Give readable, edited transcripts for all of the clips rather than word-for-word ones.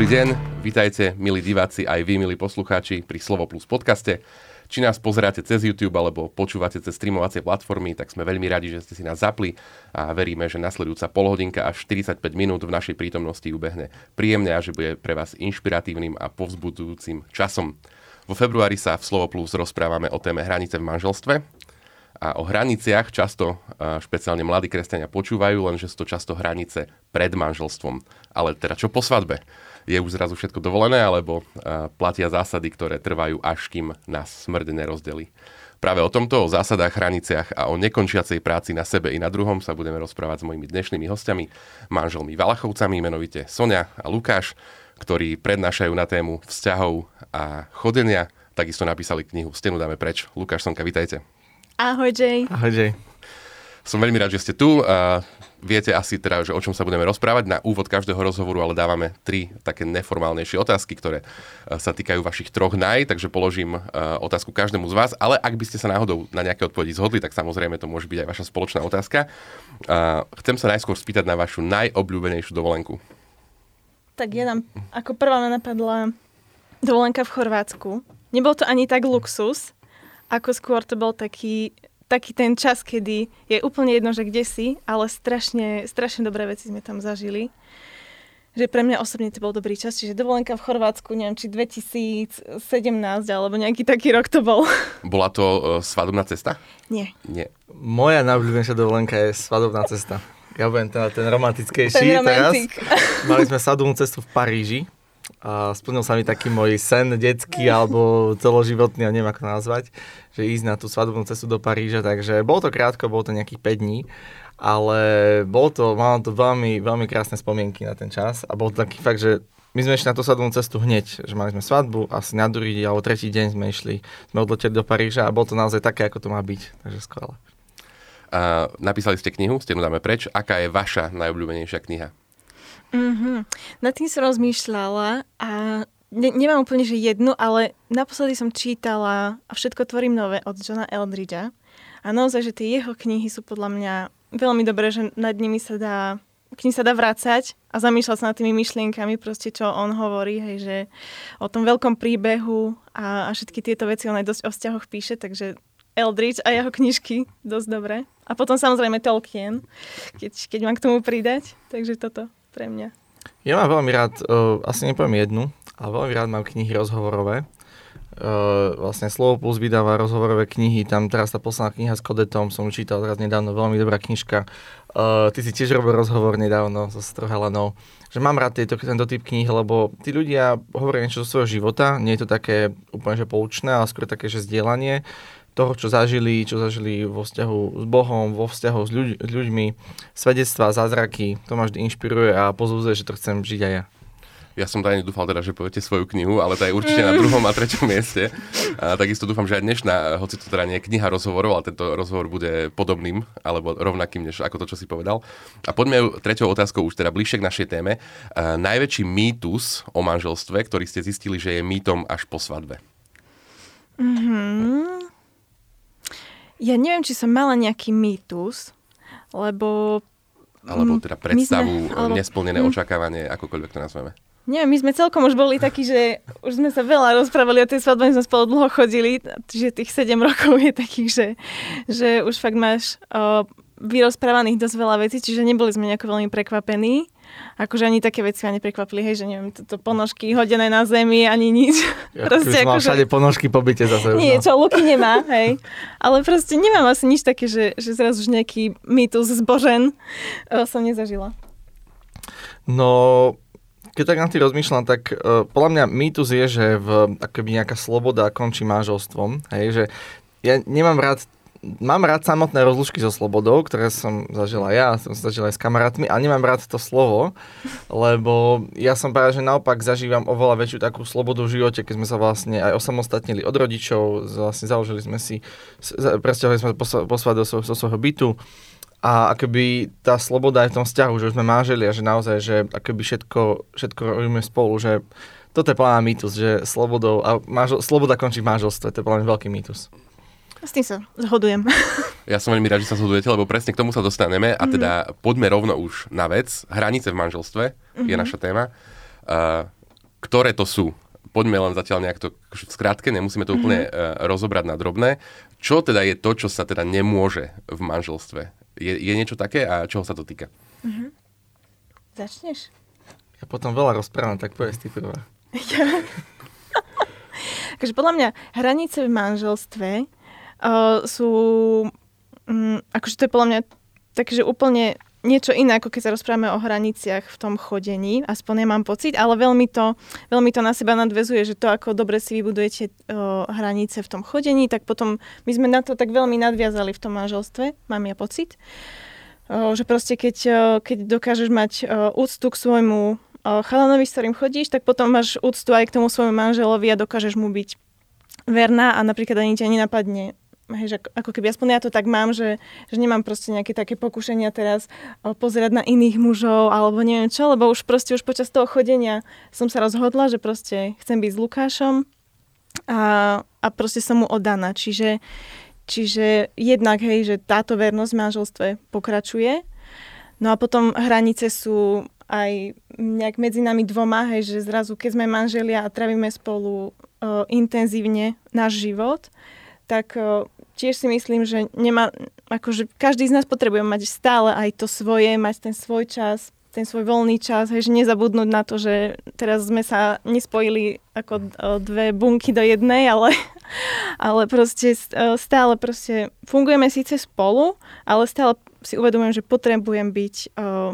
deň, vítajte milí diváci aj vy milí poslucháči pri Slovo Plus podcaste. Či nás pozeráte cez YouTube alebo počúvate cez streamovacie platformy, tak sme veľmi radi, že ste si nás zapli a veríme, že nasledujúca polhodinka až 45 minút v našej prítomnosti ubehne príjemne a že bude pre vás inšpiratívnym a povzbudzujúcim časom. Vo februári sa v Slovo Plus rozprávame o téme hranice v manželstve a o hraniciach často špeciálne mladí kresťania počúvajú, lenže sú to často hranice pred manželstvom. Ale teda čo po svadbe? Je už zrazu všetko dovolené, alebo platia zásady, ktoré trvajú, až kým nás smrť nerozdelí. Práve o tomto, o zásadách, hraniciach a o nekončiacej práci na sebe i na druhom sa budeme rozprávať s mojimi dnešnými hostiami, manželmi Valachovcami, menovite Soňa a Lukáš, ktorí prednášajú na tému vzťahov a chodenia. Takisto napísali knihu Stenu dáme preč. Lukáš, Sonka, vitajte. Ahoj, Jay. Ahoj, Jay. Som veľmi rád, že ste tu. Viete asi teda, že o čom sa budeme rozprávať. Na úvod každého rozhovoru ale dávame 3 také neformálnejšie otázky, ktoré sa týkajú vašich 3 naj, takže položím otázku každému z vás, ale ak by ste sa náhodou na nejaké odpovedi zhodli, tak samozrejme to môže byť aj vaša spoločná otázka. Chcem sa najskôr spýtať na vašu najobľúbenejšiu dovolenku. Tak ja tam, ako prvá ma napadla dovolenka v Chorvátsku. Nebol to ani tak luxus, ako skôr to bol taký ten čas, kedy je úplne jedno, že kde si, ale strašne dobré veci sme tam zažili. Že pre mňa osobne to bol dobrý čas. Čiže dovolenka v Chorvátsku, neviem, či 2017 alebo nejaký taký rok to bol. Bola to svadobná cesta? Nie. Moja najobľúbenejšia dovolenka je svadobná cesta. Ja budem ten romantickejší teraz. Mali sme svadobnú cestu v Paríži. A splnil sa mi taký môj sen detský alebo celoživotný, a neviem ako nazvať, že ísť na tú svadobnú cestu do Paríža, takže bolo to krátko, bolo to nejakých 5 dní, ale malo to veľmi, veľmi krásne spomienky na ten čas a bol to taký fakt, že my sme išli na tú svadobnú cestu hneď, že mali sme svadbu, asi na druhý deň alebo tretí deň sme odleteli do Paríža a bolo to naozaj také, ako to má byť, takže skvelé. Napísali ste knihu, Stenu dáme preč. Aká je vaša najobľúbenejšia kniha? Nad tým som rozmýšľala a nemám úplne že jednu, ale naposledy som čítala A všetko tvorím nové od Johna Eldridgea a naozaj, že tie jeho knihy sú podľa mňa veľmi dobré, že nad nimi sa dá vrácať a zamýšľať sa nad tými myšlienkami, proste čo on hovorí, hej, že o tom veľkom príbehu a všetky tieto veci on aj dosť o vzťahoch píše, takže Eldridge a jeho knižky dosť dobré. A potom samozrejme Tolkien, keď mám k tomu pridať, takže toto pre mňa. Ja mám veľmi rád, asi nepoviem jednu, ale veľmi rád mám knihy rozhovorové. Vlastne Slovo Plus vydáva rozhovorové knihy, tam teraz tá posledná kniha s Kodetom som čítal teraz nedávno, veľmi dobrá knižka. Ty si tiež robil rozhovor nedávno so sestrou Helenou, že mám rád tento typ kníh, lebo tí ľudia hovoria niečo zo svojho života, nie je to také úplne že poučné, ale skôr také, že zdieľanie toho, čo zažili vo vzťahu s Bohom, vo vzťahu s ľuďmi, svedectvá, zázraky, to ma vždy inšpiruje a pozbudzuje, že to chcem žiť aj ja. Ja som tajne dúfal teda, že poviete svoju knihu, ale tá je určite na 2. a 3. mieste. A takisto dúfam, že aj dnešná, hoci to teda nie je kniha rozhovorov, ale tento rozhovor bude podobným, alebo rovnakým, než ako to, čo si povedal. A poďme 3. otázkou už teda bližšie k našej téme. Najväčší mýtus o manželstve, ktorý ste zistili, že je mýtom až po svadbe. Ja neviem, či som mala nejaký mýtus, alebo teda predstavu, nesplnené očakávanie, akokoľvek to nazveme. Neviem, my sme celkom už boli takí, že už sme sa veľa rozprávali o tej svadbe, sme spolu dlho chodili, že tých 7 rokov je takých, že už fakt máš vyrozprávaných dosť veľa vecí, čiže neboli sme nejako veľmi prekvapení. Akože ani také veci ma neprekvapili, hej, že neviem, toto ponožky hodené na zemi, ani nič. Ja proste, mal všade ponožky pobite zase. Nie, čo Luky nemá, hej. Ale proste nemám asi nič také, že zrazu už nejaký mýtus zbožen som nezažila. No, keď tak na tým rozmýšľam, tak podľa mňa mýtus je, že akoby nejaká sloboda končí manželstvom, hej, že ja mám rád samotné rozlúčky so slobodou, ktoré som zažil aj ja, som zažil aj s kamarátmi, ale nemám rád to slovo, lebo ja som práve, že naopak zažívam oveľa väčšiu takú slobodu v živote, keď sme sa vlastne aj osamostatnili od rodičov, vlastne založili sme si, presťahovali sme po svadbe zo svojho bytu a akoby tá sloboda aj v tom vzťahu, že už sme máželi a že naozaj, že akoby všetko robíme spolu, že toto je plná mýtus, že sloboda končí v manželstve, to je plná veľký mýtus. S tým sa zhodujem. Ja som veľmi rád, že sa zhodujete, lebo presne k tomu sa dostaneme a teda poďme rovno už na vec. Hranice v manželstve je naša téma. ktoré to sú? Poďme len zatiaľ nejak to v skratke, nemusíme to úplne rozobrať na drobné. Čo teda je to, čo sa teda nemôže v manželstve? Je niečo také a čoho sa to týka? Začneš? Ja potom veľa rozprávam, tak povedz ty prvá. Takže podľa mňa hranice v manželstve sú, akože to je podľa mňa takže úplne niečo iné, ako keď sa rozprávame o hraniciach v tom chodení, aspoň ja mám pocit, ale veľmi to na seba nadväzuje, že to, ako dobre si vybudujete hranice v tom chodení, tak potom my sme na to tak veľmi nadviazali v tom manželstve, mám ja pocit. Že proste keď dokážeš mať úctu k svojmu chalanovi, s ktorým chodíš, tak potom máš úctu aj k tomu svojmu manželovi a dokážeš mu byť verná a napríklad ani ťa nenapadne. Hej, že ako keby aspoň ja to tak mám, že nemám proste nejaké také pokušenia teraz pozerať na iných mužov alebo neviem čo, lebo už počas toho chodenia som sa rozhodla, že proste chcem byť s Lukášom a proste som mu oddaná. Čiže jednak, hej, že táto vernosť v manželstve pokračuje. No a potom hranice sú aj nejak medzi nami dvoma, hej, že zrazu, keď sme manželia a trávime spolu intenzívne náš život, tak tiež si myslím, že akože každý z nás potrebuje mať stále aj to svoje, mať ten svoj čas, ten svoj voľný čas, hej, že nezabudnúť na to, že teraz sme sa nespojili ako dve bunky do jednej, ale proste stále proste fungujeme síce spolu, ale stále si uvedomujem, že potrebujem byť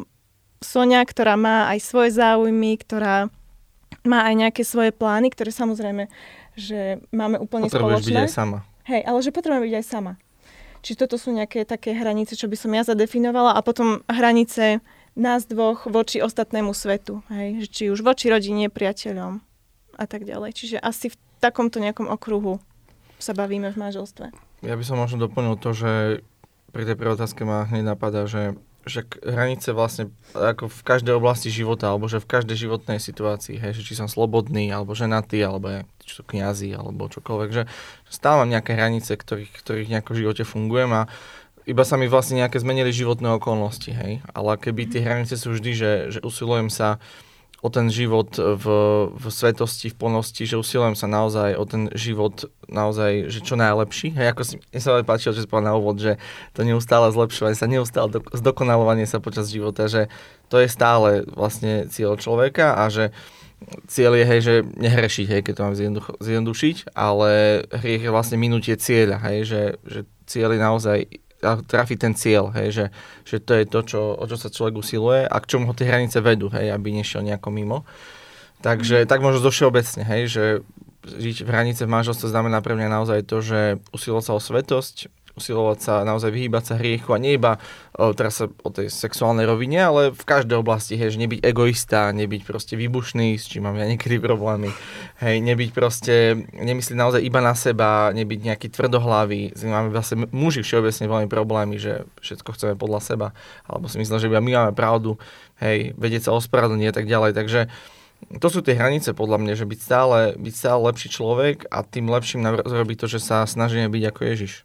Soňa, ktorá má aj svoje záujmy, ktorá má aj nejaké svoje plány, ktoré samozrejme, že máme úplne spoločné. Potrebuješ byť aj sama. Hej, ale že potrebujem byť aj sama. Čiže toto sú nejaké také hranice, čo by som ja zadefinovala a potom hranice nás dvoch voči ostatnému svetu. Hej, či už voči rodine, priateľom a tak ďalej. Čiže asi v takomto nejakom okruhu sa bavíme v manželstve. Ja by som možno doplnil to, že pri tej prvej otázke ma hneď napadá, že hranice vlastne ako v každej oblasti života, alebo že v každej životnej situácii, hej, že či som slobodný, alebo ženatý, alebo či sú kňazi, alebo čokoľvek, že stále mám nejaké hranice, ktorých nejako v živote fungujem a iba sa mi vlastne nejaké zmenili životné okolnosti, hej, ale keby tie hranice sú vždy, že usilujem sa o ten život v svetosti, v plnosti, že usilujem sa naozaj o ten život naozaj, že čo najlepší. Hej, ako mi sa veľmi páčilo, že si povedal na úvod, že to neustále zlepšovanie sa, neustále zdokonalovanie sa počas života, že to je stále vlastne cieľ človeka a že cieľ je, hej, že nehrešiť, hej, keď to mám zjednodušiť, ale hriech je vlastne minutie cieľa, hej, že cieľ je naozaj trafiť ten cieľ, hej, že to je to, o čo sa človek usiluje a k čomu ho tie hranice vedú, hej, aby nešiel nejako mimo. Takže tak možno zo všeobecne, hej, že žiť v hranice v manželstve znamená pre mňa naozaj to, že usilovať sa o svetosť, usilovať sa, naozaj vyhýbať sa hriechu a nie iba teraz sa o tej sexuálnej rovine, ale v každej oblasti, hej, že nebyť egoista, nebyť proste výbušný, s čím mám ja niekedy problémy, hej, nebyť proste, nemyslieť naozaj iba na seba, nebyť nejaký tvrdohlavý, máme vlastne muži všeobecne veľmi problémy, že všetko chceme podľa seba, alebo si myslím, že iba my máme pravdu, hej, vedieť sa ospravedlniť a tak ďalej, takže to sú tie hranice podľa mňa, že byť stále lepší človek a tým lepším robiť to, že sa snažíme byť ako Ježiš.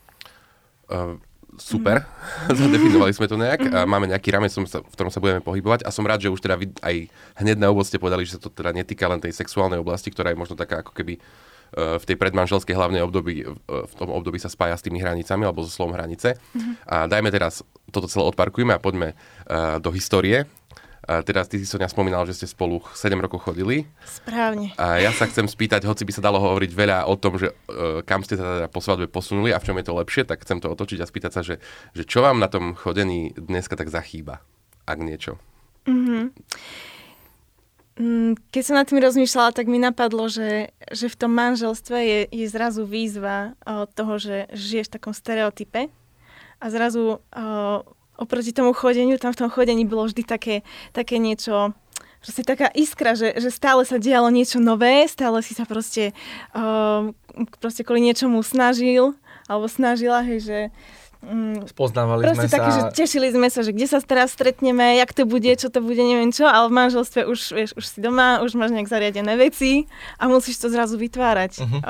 Super, zadefinovali sme to nejak. Máme nejaký rámec, v ktorom sa budeme pohybovať a som rád, že už teda vy aj hneď na úvod ste povedali, že sa to teda netýka len tej sexuálnej oblasti, ktorá je možno taká ako keby v tej predmanželskej hlavnej období, v tom období sa spája s tými hranicami alebo so slovom hranice. A dajme teraz, toto celé odparkujme a poďme do histórie. A teraz ty si Soňa spomínal, že ste spolu 7 rokov chodili. Správne. A ja sa chcem spýtať, hoci by sa dalo hovoriť veľa o tom, že kam ste sa teda po svadbe posunuli a v čom je to lepšie, tak chcem to otočiť a spýtať sa, že čo vám na tom chodení dneska tak zachýba, ak niečo? Keď som nad tým rozmýšľala, tak mi napadlo, že v tom manželstve je zrazu výzva toho, že žiješ v takom stereotype a zrazu oproti tomu chodeniu, tam v tom chodení bolo vždy také niečo, proste taká iskra, že stále sa dialo niečo nové, stále si sa proste kvôli niečomu snažila, hej, že spoznávali sme sa. Také, že tešili sme sa, že kde sa teraz stretneme, jak to bude, čo to bude, neviem čo, ale v manželstve už si doma, už máš nejak zariadené veci a musíš to zrazu vytvárať.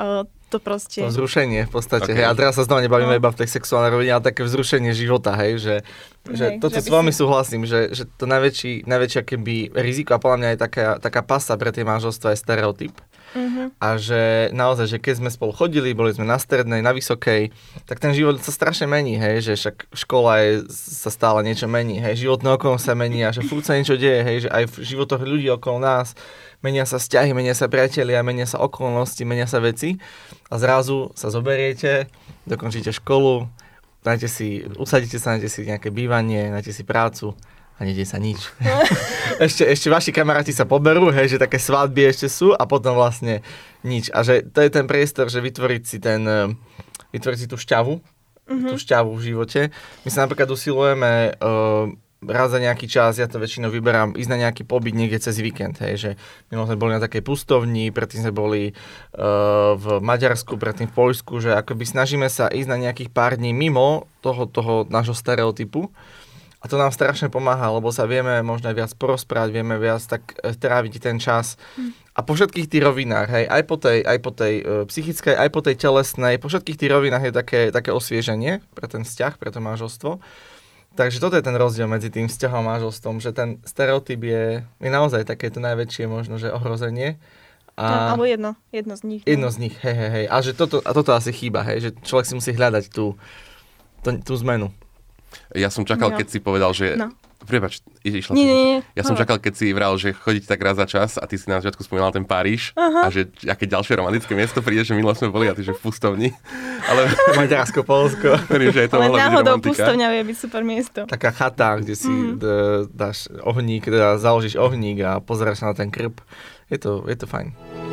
to proste... To vzrušenie v podstate, Okay. hej. A teraz sa znova nebavíme iba v tej sexuálnej rovine, ale také vzrušenie života, hej, že toto s vami súhlasím, že to najväčšie keby riziko a podľa mňa je taká pasa pre tie manželstva je stereotyp. A že naozaj, že keď sme spolu chodili, boli sme na strednej, na vysokej, tak ten život sa strašne mení, hej, že však škola sa stále niečo mení, hej, životné okolo sa mení a že furt sa niečo deje, hej, že aj v životoch ľudí okolo nás menia sa vzťahy, menia sa priatelia, menia sa okolnosti, menia sa veci a zrazu sa zoberiete, dokončíte školu, usadíte sa, nájdete si nejaké bývanie, nájdete si prácu a nedie sa nič. ešte vaši kamaráti sa poberú, hej, že také svadby ešte sú a potom vlastne nič. A že to je ten priestor, že vytvoriť si tú šťavu v živote. My sa napríklad usilujeme raz za nejaký čas, ja to väčšinou vyberám, ísť na nejaký pobyt niekde cez víkend, hej, že my sme boli na takej pustovni, predtým sme boli v Maďarsku, predtým v Poľsku, že akoby snažíme sa ísť na nejakých pár dní mimo toho nášho stereotypu. A to nám strašne pomáha, lebo sa vieme možno aj viac porozprávať, vieme viac tak tráviť ten čas. A po všetkých tých rovinách, hej, aj po tej psychickej, aj po tej telesnej, po všetkých tých rovinách je také osvieženie pre ten vzťah, pre to manželstvo. Takže toto je ten rozdiel medzi tým vzťahom a manželstvom, že ten stereotyp je naozaj takéto najväčšie možno, že ohrozenie. Alebo jedno z nich. Jedno z nich, hej. A že toto asi chýba, hej, že človek si musí hľadať tú zmenu. Ja som čakal, keď si povedal, že... No. Prepáč, išla Nie. Ja som čakal, keď si vral, že chodíte tak raz za čas a ty si na začiatku spomínal ten Paríž. Aha. A že aké ďalšie romantické miesto príde, že minule sme boli a ty, že v pustovni. Ale... Maďarsko, Poľsko. Že je to ale mohla byť náhodou romantika. pustovňa vie byť super miesto. Taká chata, kde si dáš ohník, založíš ohník a pozeráš sa na ten krb. Je to fajn.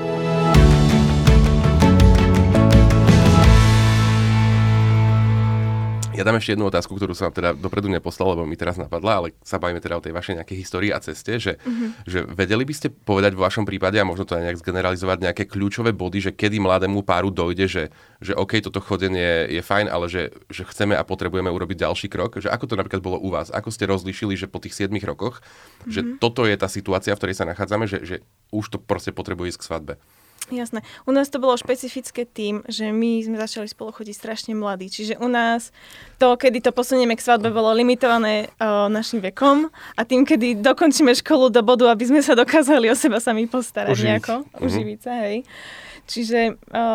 Ja dám ešte jednu otázku, ktorú som teda dopredu neposlal, lebo mi teraz napadla, ale sa bavíme teda o tej vašej nejakej histórii a ceste, že vedeli by ste povedať vo vašom prípade, a možno to aj nejak zgeneralizovať, nejaké kľúčové body, že kedy mladému páru dojde, že OK, toto chodenie je fajn, ale že chceme a potrebujeme urobiť ďalší krok, že ako to napríklad bolo u vás, ako ste rozlíšili, že po tých 7 rokoch, že toto je tá situácia, v ktorej sa nachádzame, že už to proste potrebuje ísť k svadbe. Jasné. U nás to bolo špecifické tým, že my sme začali spolu chodiť strašne mladí. Čiže u nás to, kedy to posunieme k svadbe, bolo limitované našim vekom a tým, kedy dokončíme školu do bodu, aby sme sa dokázali o seba sami postarať uživiť sa, hej. Čiže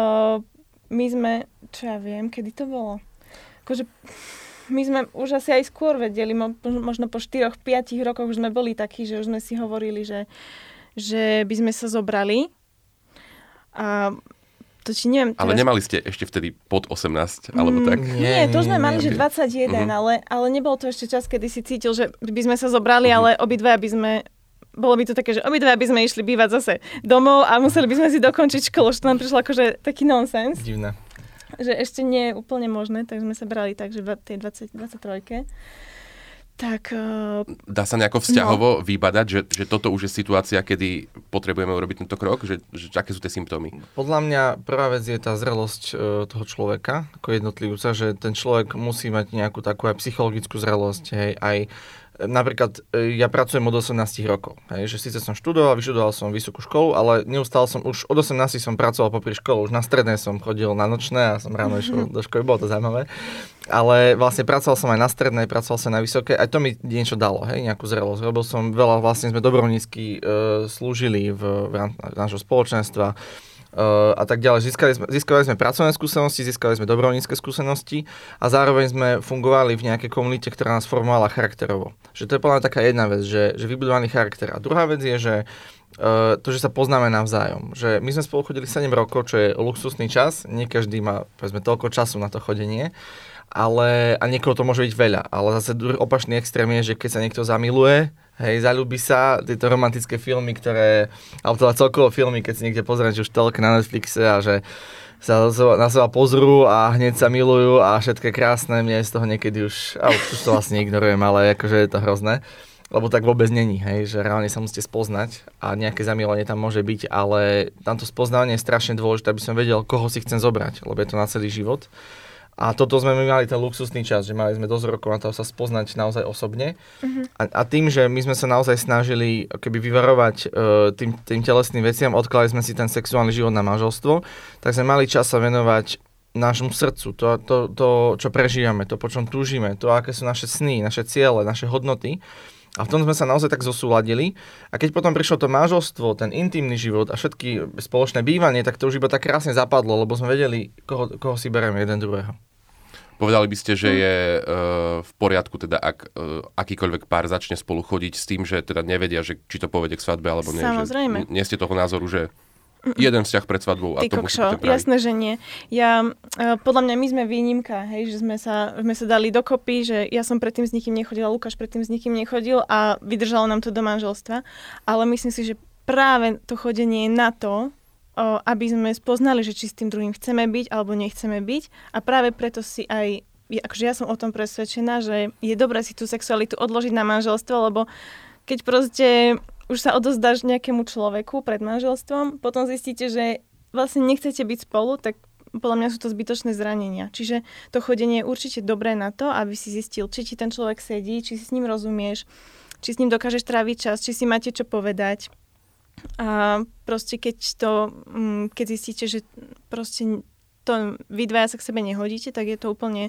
my sme, čo ja viem, kedy to bolo? Akože my sme už asi aj skôr vedeli, možno po 4-5 rokoch už sme boli takí, že už sme si hovorili, že by sme sa zobrali. A to či neviem... Ale nemali ste ešte vtedy pod 18, alebo tak? Nie, to sme mali, že 21, ale nebol to ešte čas, kedy si cítil, že by sme sa zobrali, ale obidvaja by sme... Bolo by to také, že obidvaja by sme išli bývať zase domov a museli by sme si dokončiť školu, čo nám prišlo akože taký nonsens. Divné. Že ešte nie je úplne možné, tak sme sa brali tak, že v tej 23. Tak, dá sa nejako vzťahovo vybadať, že toto už je situácia, kedy potrebujeme urobiť tento krok? Že aké sú tie symptómy? Podľa mňa prvá vec je tá zrelosť toho človeka, ako jednotlivca, že ten človek musí mať nejakú takú aj psychologickú zrelosť, hej, aj napríklad ja pracujem od 18 rokov, hej, že síce som vyštudoval som vysokú školu, ale neustále som už od 18 som pracoval popri škole, už na strednej som chodil na nočné a som ráno išiel do školy, bolo to zaujímavé. Ale vlastne pracoval som aj na strednej, pracoval som na vysokej, aj to mi niečo dalo, hej, nejakú zrelosť. Robil som veľa, vlastne sme dobrovoľnícky slúžili v nášho spoločenstva a tak ďalej. Získali sme pracovné skúsenosti, získali sme dobrovoľnícke skúsenosti a zároveň sme fungovali v nejakej komunite, ktorá nás formovala charakterovo. Že to je podľa mňa taká jedna vec, že vybudovaný charakter. A druhá vec je, že to, že sa poznáme navzájom. Že my sme spolu chodili 7 rokov, čo je luxusný čas. Nie každý má, povedzme, toľko času na to chodenie. A niekoho to môže byť veľa. Ale zase opačný extrém je, že keď sa niekto zamiluje, hej, zaľúbi sa, tieto romantické filmy, alebo teda celkovo filmy, keď si niekde pozrieš už telke na Netflixe a že sa na seba pozrú a hneď sa milujú a všetko je krásne, mne je z toho niekedy už to vlastne ignorujem, ale akože je to hrozné. Lebo tak vôbec není, hej, že reálne sa musíte spoznať a nejaké zamilovanie tam môže byť, ale tamto spoznávanie je strašne dôležité, aby som vedel, koho si chcem zobrať, lebo je to na celý život. A toto sme mali ten luxusný čas, že mali sme dosť rokov na to sa spoznať naozaj osobne. A tým, že my sme sa naozaj snažili keby vyvarovať tým telesným veciam, odkladali sme si ten sexuálny život na manželstvo, tak sme mali čas sa venovať nášmu srdcu, to, čo prežívame, to, po čom túžime, to, aké sú naše sny, naše ciele, naše hodnoty. A v tom sme sa naozaj tak zosúladili. A keď potom prišlo to manželstvo, ten intimný život a všetky spoločné bývanie, tak to už iba tak krásne zapadlo, lebo sme vedeli, koho si bereme jeden druhého. Povedali by ste, že je v poriadku, teda ak akýkoľvek pár začne spolu chodiť s tým, že teda nevedia, že či to povedie k svadbe alebo nie. Samozrejme. Že nie ste toho názoru, že jeden vzťah pred svadbou a to musí byť ten pravý. Jasné, že nie. Podľa mňa my sme výnimka, hej, že sme sa dali dokopy, že ja som predtým s nikým nechodila, Lukáš predtým s nikým nechodil a vydržalo nám to do manželstva. Ale myslím si, že práve to chodenie je na to, aby sme spoznali, že či s tým druhým chceme byť alebo nechceme byť. A práve preto si aj, akože ja som o tom presvedčená, že je dobré si tú sexualitu odložiť na manželstvo, lebo keď proste už sa odozdáš nejakému človeku pred manželstvom, potom zistíte, že vlastne nechcete byť spolu, tak podľa mňa sú to zbytočné zranenia. Čiže to chodenie je určite dobré na to, aby si zistil, či ti ten človek sedí, či si s ním rozumieš, či s ním dokážeš tráviť čas, či si máte čo povedať. A proste keď zistíte, že proste to vy dvaja sa k sebe nehodíte, tak je to úplne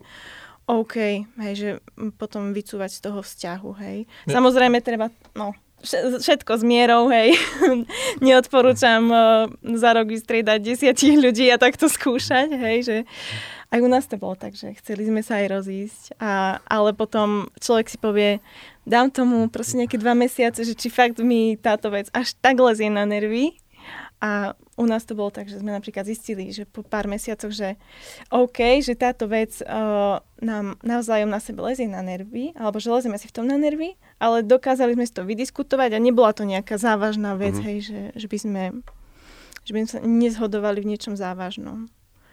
OK, hej, že potom vycúvať z toho vzťahu, hej. Samozrejme treba, všetko s mierou, hej. Neodporúčam za rok vystriedať 10 ľudí a takto skúšať, hej, že aj u nás to bolo tak, že chceli sme sa aj rozísť, ale potom človek si povie, dám tomu proste nejaké 2 mesiace, že či fakt mi táto vec až tak lezie na nervy. A u nás to bolo tak, že sme napríklad zistili, že po pár mesiacoch, že OK, že táto vec nám navzájom na sebe lezie na nervy, alebo že lezieme si v tom na nervy, ale dokázali sme si to vydiskutovať a nebola to nejaká závažná vec, hej, že by sme sa nezhodovali v niečom závažnom.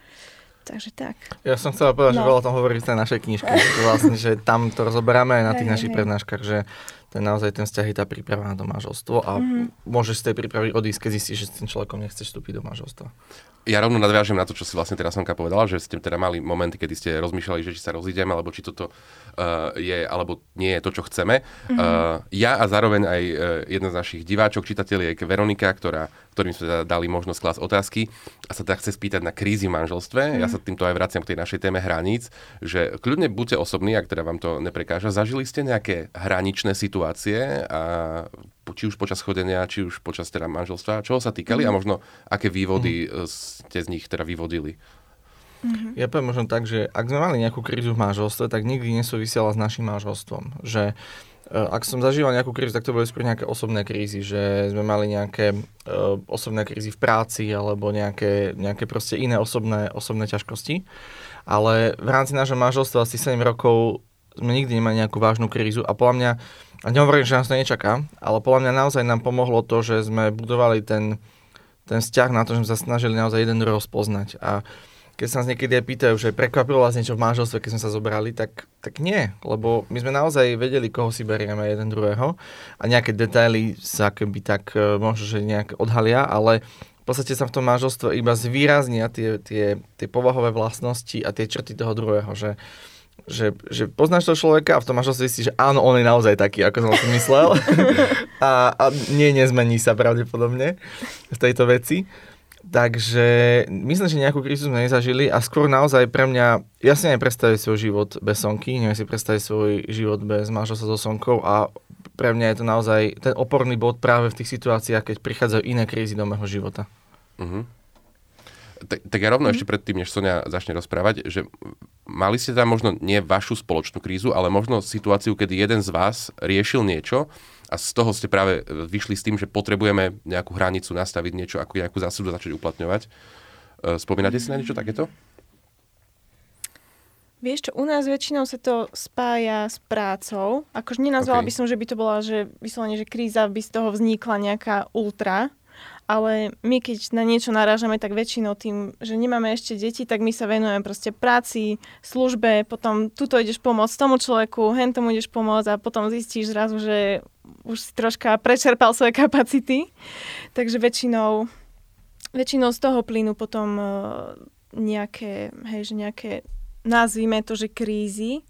Takže tak. Ja som chcela povedať, že veľa o tom hovorí v tej našej knižke. Vlastne, že tam to rozoberáme aj na tých našich prednáškach, že naozaj ten vzťah je tá príprava na to manželstvo a môžeš z tej prípravy odísť, keď zistíš, že s tým človekom nechceš vstúpiť do manželstva. Ja rovno nadviažem na to, čo si vlastne teraz Sonka povedala, že ste teda mali momenty, kedy ste rozmýšľali, že či sa rozídeme, alebo či toto je, alebo nie je to, čo chceme. Ja a zároveň aj jedna z našich diváčok, čitateliek Veronika, ktorým sme teda dali možnosť klásť otázky a sa teda chce spýtať na krízy v manželstve. Ja sa týmto aj vraciam k tej našej téme hraníc, že kľudne buďte osobní, ak teda vám to neprekáža. Zažili ste nejaké hraničné situácie, a či už počas chodenia, či už počas teda manželstva, čoho sa týkali a možno aké vývody ste z nich teda vyvodili? Ja poviem možno tak, že ak sme mali nejakú krízu v manželstve, tak nikdy nesúvisela s našim manželstvom. Že ak som zažíval nejakú krízu, tak to boli skôr nejaké osobné krízy, že sme mali nejaké osobné krízy v práci alebo nejaké proste iné osobné ťažkosti. Ale v rámci nášho manželstva asi 7 rokov sme nikdy nemali nejakú vážnu krízu a podľa mňa, a nehovorím, že nás to nečaká, ale podľa mňa naozaj nám pomohlo to, že sme budovali ten vzťah na to, že sme sa snažili naozaj jeden druhého spoznať. A keď sa nás niekedy aj pýtajú, že prekvapilo vás niečo v manželstve, keď sme sa zobrali, tak nie, lebo my sme naozaj vedeli, koho si berieme jeden druhého a nejaké detaily sa keby tak možno, že nejak odhalia, ale v podstate sa v tom manželstve iba zvýraznia tie povahové vlastnosti a tie črty toho druhého, že poznáš toho človeka a v tom manželstve zistíš, že áno, on je naozaj taký, ako som si myslel a nezmení sa pravdepodobne v tejto veci. Takže myslím, že nejakú krízu sme nezažili a skôr naozaj pre mňa, ja si neviem predstaviť svoj život bez Sonky, neviem si predstaviť svoj život bez manželstva so Sonkou a pre mňa je to naozaj ten oporný bod práve v tých situáciách, keď prichádzajú iné krízy do môjho života. Tak ja rovno ešte predtým, než Sonia začne rozprávať, že mali ste tam možno nie vašu spoločnú krízu, ale možno situáciu, kedy jeden z vás riešil niečo a z toho ste práve vyšli s tým, že potrebujeme nejakú hranicu nastaviť, niečo ako nejakú zásadu začať uplatňovať. Spomínate si na niečo takéto? Vieš čo, u nás väčšinou sa to spája s prácou. Akože nenazvala by som, že by to bola, že vyslovene, že kríza by z toho vznikla nejaká ultra. Ale my, keď na niečo narážame, tak väčšinou tým, že nemáme ešte deti, tak my sa venujeme proste práci, službe, potom tuto ideš pomôcť tomu človeku, hen tomu ideš pomôcť a potom zistíš zrazu, že už si troška prečerpal svoje kapacity. Takže väčšinou z toho plynú potom nejaké nazvime to, že krízy.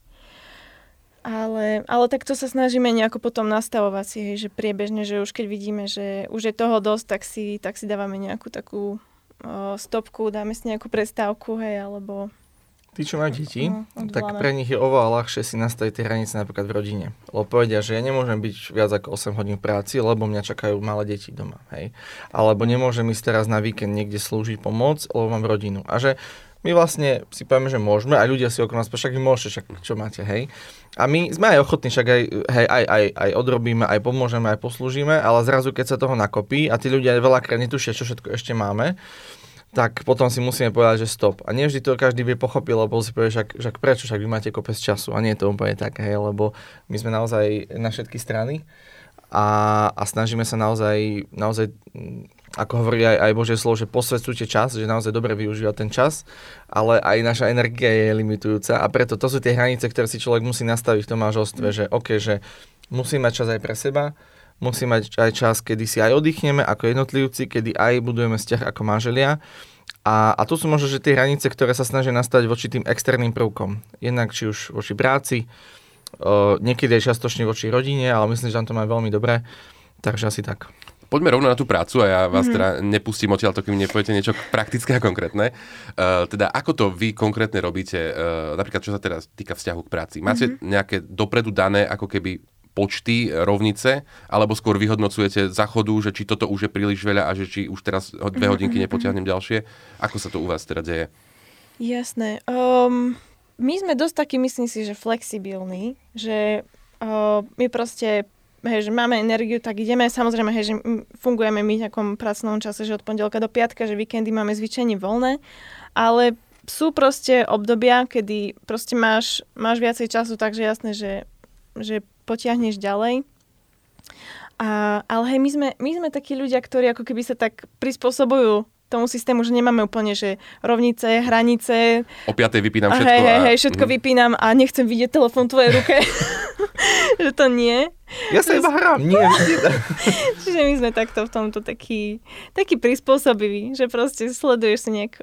Ale tak to sa snažíme nejako potom nastavovať si, hej, že priebežne, že už keď vidíme, že už je toho dosť, tak si dávame nejakú takú stopku, dáme si nejakú prestávku, hej, alebo... Tí, čo majú deti, tak pre nich je oveľa ľahšie si nastaviť tie hranice napríklad v rodine. Lebo povedia, že ja nemôžem byť viac ako 8 hodín v práci, lebo mňa čakajú malé deti doma, hej. Alebo nemôžem ísť teraz na víkend niekde slúžiť pomoc, lebo mám rodinu. A že my vlastne si povieme, že môžeme a ľudia si okolo nás však vy môžete, však čo máte, hej. A my sme aj ochotní, však aj odrobíme, aj pomôžeme, aj poslúžime, ale zrazu keď sa toho nakopí a tí ľudia veľakrát netušia, čo všetko ešte máme, tak potom si musíme povedať, že stop. A nie vždy to každý vie pochopiť, lebo si povie, však prečo, však vy máte kopec času. A nie je to úplne tak, hej, lebo my sme naozaj na všetky strany a snažíme sa naozaj ako hovorí aj Božie slovo, že posvedzujte čas, že naozaj dobre využíva ten čas, ale aj naša energia je limitujúca a preto to sú tie hranice, ktoré si človek musí nastaviť v tom manželstve, že OK, že musí mať čas aj pre seba, musí mať aj čas, kedy si aj oddychneme ako jednotlivci, kedy aj budujeme vzťah ako manželia. A tu sú možno, že tie hranice, ktoré sa snažia nastaviť voči tým externým prvkom. Jednak či už voči práci, niekedy aj častočne voči rodine, ale myslím, že tam to má veľmi dobre, takže asi tak. Poďme rovno na tú prácu a ja vás teda nepustím odtiaľto, kým nepoviete niečo praktické a konkrétne. Teda ako to vy konkrétne robíte, napríklad čo sa teraz týka vzťahu k práci? Máte nejaké dopredu dané ako keby počty, rovnice, alebo skôr vyhodnocujete za chodu, že či toto už je príliš veľa a že či už teraz 2 hodinky nepotiahnem ďalšie? Ako sa to u vás teda deje? Jasné. My sme dosť takí, myslím si, že flexibilní, že my proste že máme energiu, tak ideme. Samozrejme, že fungujeme my v nejakom pracovnom čase, že od pondelka do piatka, že víkendy máme zvyčajne voľné, ale sú proste obdobia, kedy proste máš viacej času, takže jasné, že potiahneš ďalej. Ale hej, my sme takí ľudia, ktorí ako keby sa tak prispôsobujú tomu systému, že nemáme úplne, že rovnice, hranice. O 5:00 vypínam všetko. Hej, všetko vypínam a nechcem vidieť telefón v tvojej ruke. Že to nie. Ja sa iba hrám, nie. Čiže my sme takto v tomto taký prispôsobiví, že proste sleduješ si nejak,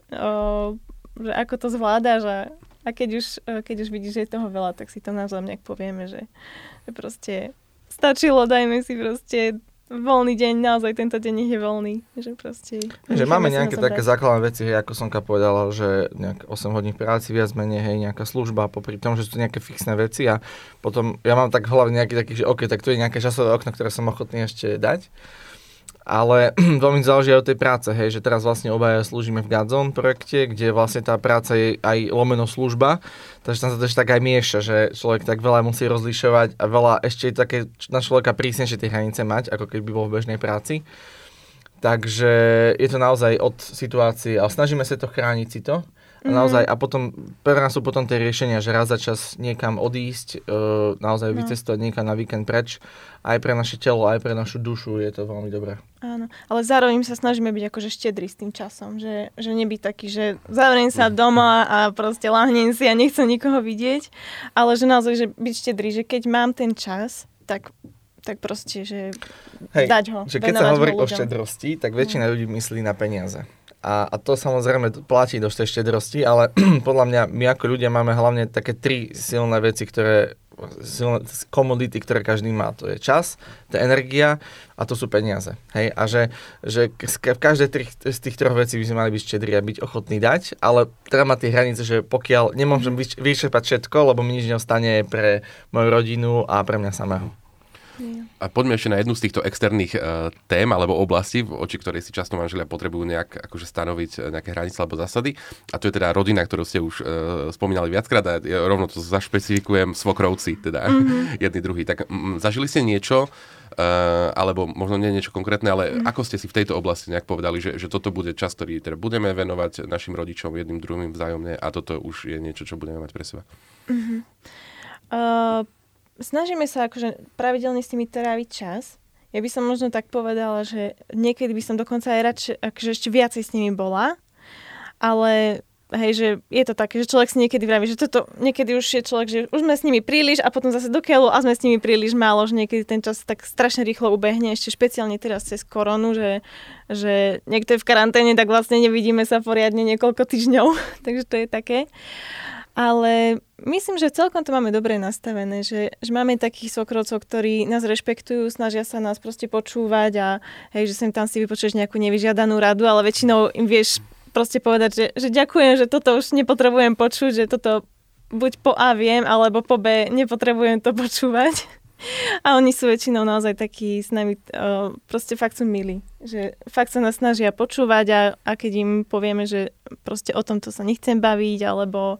že ako to zvládaš a keď už vidíš, že je toho veľa, tak si to navzájom nejak povieme, že proste stačilo, dajme si proste voľný deň, naozaj tento deň nech je voľný. Že proste... Že máme nejaké také základné veci, hej, ako Sonka povedala, že nejak 8 hodín práci, viac menej, hej, nejaká služba, popri tom, že sú to nejaké fixné veci a potom ja mám tak v hlave nejaký taký, že OK, tak to je nejaké časové okno, ktoré som ochotný ešte dať. Ale veľmi záleží aj od tej práce, hej, že teraz vlastne obaja slúžime v Godzone projekte, kde vlastne tá práca je aj lomeno služba, takže tam sa to ešte tak aj mieša, že človek tak veľa musí rozlišovať a veľa ešte je také na človeka prísnejšie tie hranice mať, ako keď by bol v bežnej práci. Takže je to naozaj od situácie, ale snažíme sa to chrániť si to. A naozaj, a potom, pre nás sú potom tie riešenia, že raz za čas niekam odísť, naozaj vycestovať niekam na víkend preč, aj pre naše telo, aj pre našu dušu je to veľmi dobré. Áno, ale zároveň sa snažíme byť akože štedrí s tým časom, že nebyť taký, že zavriem sa doma a proste lahnem si a nechcem nikoho vidieť, ale že naozaj, že byť štedrý, že keď mám ten čas, tak proste, že dať ho. Že keď sa hovorí o štedrosti, tak väčšina ľudí myslí na peniaze. A to samozrejme platí do tej štedrosti, ale podľa mňa my ako ľudia máme hlavne také 3 silné veci, silné komodity, ktoré každý má. To je čas, to je energia a to sú peniaze. Hej? A že v každej z tých 3 vecí by sme mali byť štedrí a byť ochotní dať, ale treba mať tie hranice, že pokiaľ nemôžem vyčerpať všetko, lebo mi nič neostane pre moju rodinu a pre mňa samého. A poďme ešte na jednu z týchto externých tém alebo oblastí, oči ktorej si často manželia potrebujú nejak akože stanoviť nejaké hranice alebo zásady. A to je teda rodina, ktorú ste už spomínali viackrát a rovno to zašpecifikujem svokrovci, teda jedni druhý. Tak zažili ste niečo, alebo možno nie niečo konkrétne, ale ako ste si v tejto oblasti nejak povedali, že toto bude čas, ktorý teda budeme venovať našim rodičom jedným druhým vzájomne a toto už je niečo, čo budeme mať pre seba? Snažíme sa akože pravidelne s nimi tráviť čas. Ja by som možno tak povedala, že niekedy by som dokonca aj radšej, akože ešte viacej s nimi bola, ale hej, že je to také, že človek si niekedy vraví, že toto niekedy už je človek, že už sme s nimi príliš a potom zase do keľu a sme s nimi príliš málo, že niekedy ten čas tak strašne rýchlo ubehne, ešte špeciálne teraz cez koronu, že niekto je v karanténe, tak vlastne nevidíme sa poriadne niekoľko týždňov, takže to je také. Ale myslím, že celkom to máme dobre nastavené, že máme takých svokrovcov, ktorí nás rešpektujú, snažia sa nás proste počúvať a hej, že sem tam si vypočuješ nejakú nevyžiadanú radu, ale väčšinou im vieš proste povedať, že ďakujem, že toto už nepotrebujem počuť, že toto buď po A viem, alebo po B nepotrebujem to počúvať. A oni sú väčšinou naozaj takí s nami, proste fakt sú milí. Že fakt sa nás snažia počúvať a keď im povieme, že proste o tomto sa nechcem baviť, alebo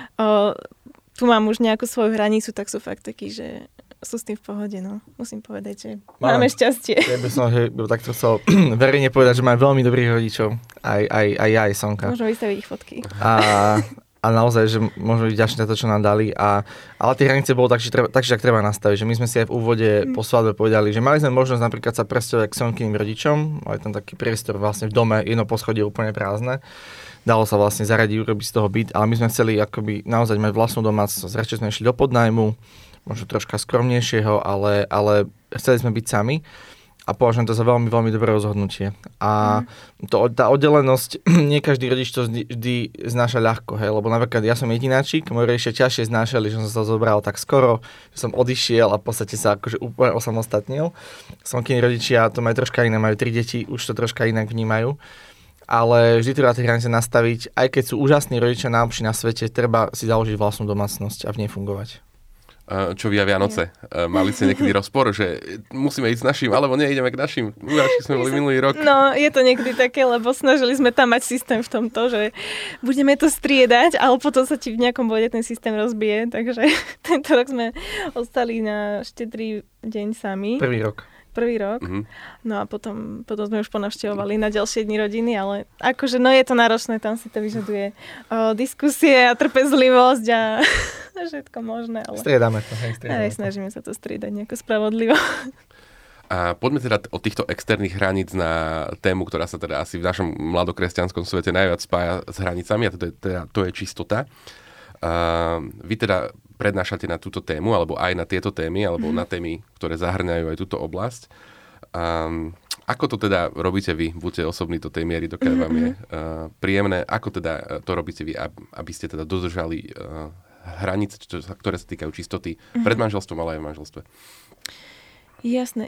tu mám už nejakú svoju hranicu, tak sú fakt takí, že sú s tým v pohode, no. Musím povedať, že máme šťastie. Ja by som takto chcel verejne povedať, že mám veľmi dobrých rodičov. Aj Sonka. Môžem vystaviť ich fotky. A naozaj, že môžeme byť ďační za to, čo nám dali. Ale tie hranice bolo tak, že treba nastaviť. Že my sme si aj v úvode po svadbe povedali, že mali sme možnosť napríklad sa presťovať k Sonkyným rodičom. Mali tam taký priestor vlastne v dome, jedno poschodie úplne prázdne. Dalo sa vlastne zaradiť, urobiť z toho byt, ale my sme chceli akoby naozaj mať vlastnú domácnosť. Radšej sme išli do podnájmu, možno troška skromnejšieho, ale chceli sme byť sami. A považujem to za veľmi, veľmi dobré rozhodnutie. A tá oddelenosť, nie každý rodič to vždy znáša ľahko, hej, lebo napríklad ja som jedináčik, moji rodičia ťažšie znášali, že som sa zobral tak skoro, že som odišiel a v podstate sa akože úplne osamostatnil. Sonkyni rodičia to majú troška iné, majú 3 deti, už to troška inak vnímajú. Ale vždy treba tie hranice nastaviť, aj keď sú úžasní rodičia najlepší na svete, treba si založiť vlastnú domácnosť a v nej fungovať. Čo vy a Vianoce? Mali ste niekedy rozpor, že musíme ísť s našim, alebo nie, ideme k našim? Uráčky sme boli minulý rok. No, je to niekedy také, lebo snažili sme tam mať systém v tomto, že budeme to striedať, ale potom sa ti v nejakom bode ten systém rozbije, takže tento rok sme ostali na štedrý deň sami. Prvý rok. No a potom sme už ponavštevovali na ďalšie dni rodiny, ale akože no je to náročné, tam si to vyžaduje diskusie a trpezlivosť a všetko možné. Ale striedame to. Snažíme sa to striedať nejako spravodlivo. A poďme teda od týchto externých hraníc na tému, ktorá sa teda asi v našom mladokresťanskom svete najviac spája s hranicami, a to je čistota. Vy teda prednášate na túto tému, alebo aj na tieto témy, alebo na témy, ktoré zahrňajú aj túto oblasť. Ako to teda robíte vy? Buďte osobní do tej miery, dokiaľ vám je príjemné. Ako teda to robíte vy, aby ste teda dodržali hranice, ktoré sa týkajú čistoty pred manželstvom, ale aj v manželstve? Jasné.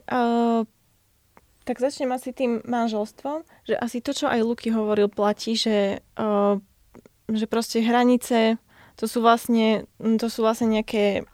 Tak začnem asi tým manželstvom, že asi to, čo aj Luky hovoril, platí, že proste hranice to sú vlastne nejaké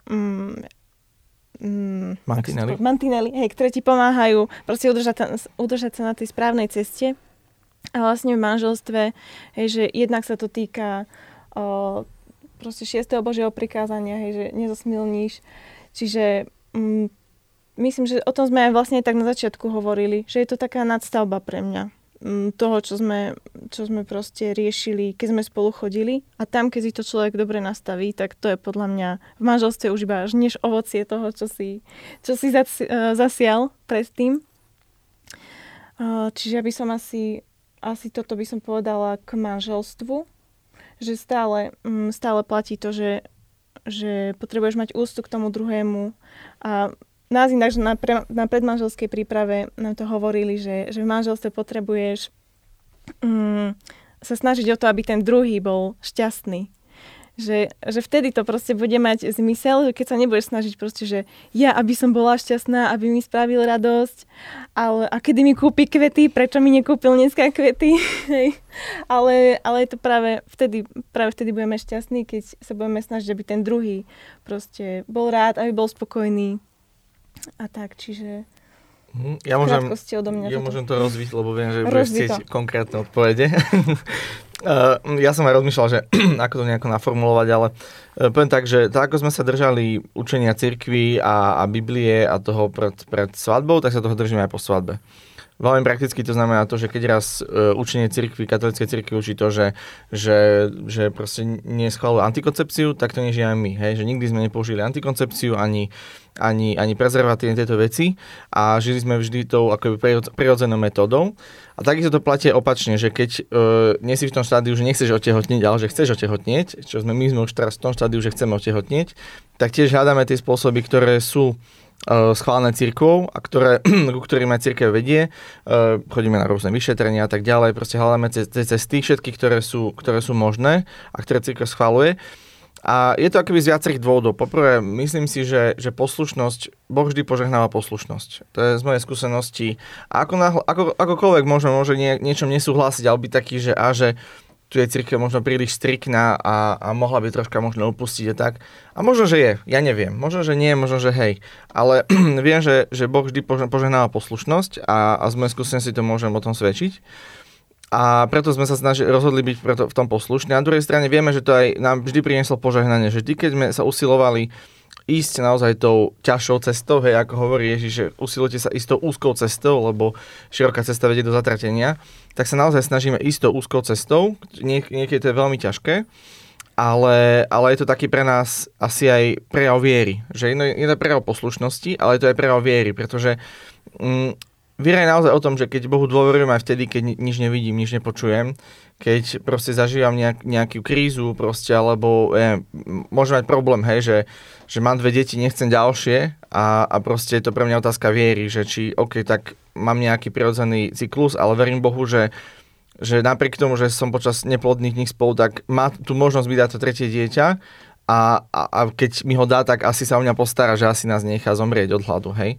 mantinely, ktoré ti pomáhajú proste udržať sa na tej správnej ceste. A vlastne v manželstve, že jednak sa to týka proste 6. Božieho prikázania, že nezosmilníš. Čiže myslím, že o tom sme aj vlastne tak na začiatku hovorili, že je to taká nadstavba pre mňa. Toho, čo sme proste riešili, keď sme spolu chodili. A tam, keď si to človek dobre nastaví, tak to je podľa mňa v manželstve už iba až než ovocie toho, čo si zasial predtým. Čiže ja by som asi toto by som povedala k manželstvu, že stále platí to, že potrebuješ mať úctu k tomu druhému a nás inak, že na predmanželskej príprave nám to hovorili, že v manželstve potrebuješ sa snažiť o to, aby ten druhý bol šťastný. Že vtedy to proste bude mať zmysel, že keď sa nebudeš snažiť proste, že ja, aby som bola šťastná, aby mi spravil radosť, a kedy mi kúpi kvety, prečo mi nekúpil dneska kvety. ale je to práve vtedy budeme šťastní, keď sa budeme snažiť, aby ten druhý proste bol rád, aby bol spokojný. A tak, čiže ja môžem to rozviť, lebo viem, že budeš chcieť konkrétne odpovede. Ja som aj rozmýšľal, že ako to nejako naformulovať, ale poviem tak, že tak ako sme sa držali učenia cirkvi a Biblie a toho pred svadbou, tak sa toho držíme aj po svadbe. Veľmi prakticky to znamená to, že keď raz učenie cirkvi, katolíckej cirkvi učí to, že proste neschvaľujú antikoncepciu, tak to nežijeme my. Hej? Že nikdy sme nepoužili antikoncepciu ani prezervatívne tieto veci a žili sme vždy tou akoby prirodzenou metódou. A takisto to platí opačne, že keď nie si v tom štádiu, že nechceš otehotnieť, ale že chceš otehotnieť, čo my sme už teraz v tom štádiu, že chceme otehotnieť, tak tiež hľadáme tie spôsoby, ktoré sú schválené cirkvou a ku ktorým aj cirkev vedie. Chodíme na rôzne vyšetrenia a tak ďalej. Proste hľadáme tie cesty všetky, ktoré sú možné a ktoré cirkev schváluje. A je to akoby z viacerých dôvodov. Poprvé, myslím si, že poslušnosť, Boh vždy požehnáva poslušnosť. To je z mojej skúsenosti. A akokoľvek možno môže niečom nesúhlasiť, ale byť taký, že tu je cirkev možno príliš striktná a mohla by troška možno upustiť a tak. A možno, že je. Ja neviem. Možno, že nie, možno, že hej. Ale viem, že Boh vždy požehnáva poslušnosť a z mojej skúsenosti to môžem o tom svedčiť. A preto sme sa rozhodli byť v tom poslušní. Na druhej strane vieme, že to aj nám vždy prinieslo požehnanie, že vždy, keď sme sa usilovali ísť naozaj tou ťažšou cestou, hej, ako hovorí Ježiš, že usilujte sa ísť tou úzkou cestou, lebo široká cesta vedie do zatratenia, tak sa naozaj snažíme ísť tou úzkou cestou. Niekedy to je veľmi ťažké, ale je to taký pre nás asi aj prejav viery. Že je to prejav poslušnosti, ale je to aj prejav viery, pretože viera je naozaj o tom, že keď Bohu dôverujem aj vtedy, keď nič nevidím, nič nepočujem, keď proste zažívam nejakú krízu proste, alebo môžem mať problém, hej, že mám 2 deti, nechcem ďalšie a proste je to pre mňa otázka viery, že či, OK, tak mám nejaký prirodzený cyklus, ale verím Bohu, že napriek tomu, že som počas neplodných dní spolu, tak má tú možnosť mi dať to 3. dieťa a keď mi ho dá, tak asi sa o mňa postará, že asi nás nechá zomrieť od hladu, hej.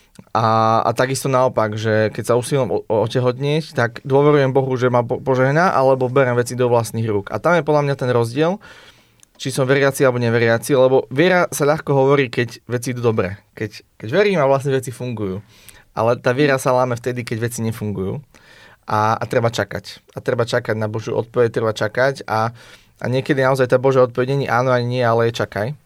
A takisto naopak, že keď sa usilujem otehotnieť, tak dôverujem Bohu, že ma požehná, alebo beriem veci do vlastných rúk. A tam je podľa mňa ten rozdiel, či som veriaci alebo neveriaci, lebo viera sa ľahko hovorí, keď veci idú dobre. Keď verím a vlastne veci fungujú. Ale tá viera sa láme vtedy, keď veci nefungujú. A treba čakať. A treba čakať na Božiu odpoveď, treba čakať. A niekedy naozaj tá Božia odpoveď nie áno ani nie, ale je čakaj.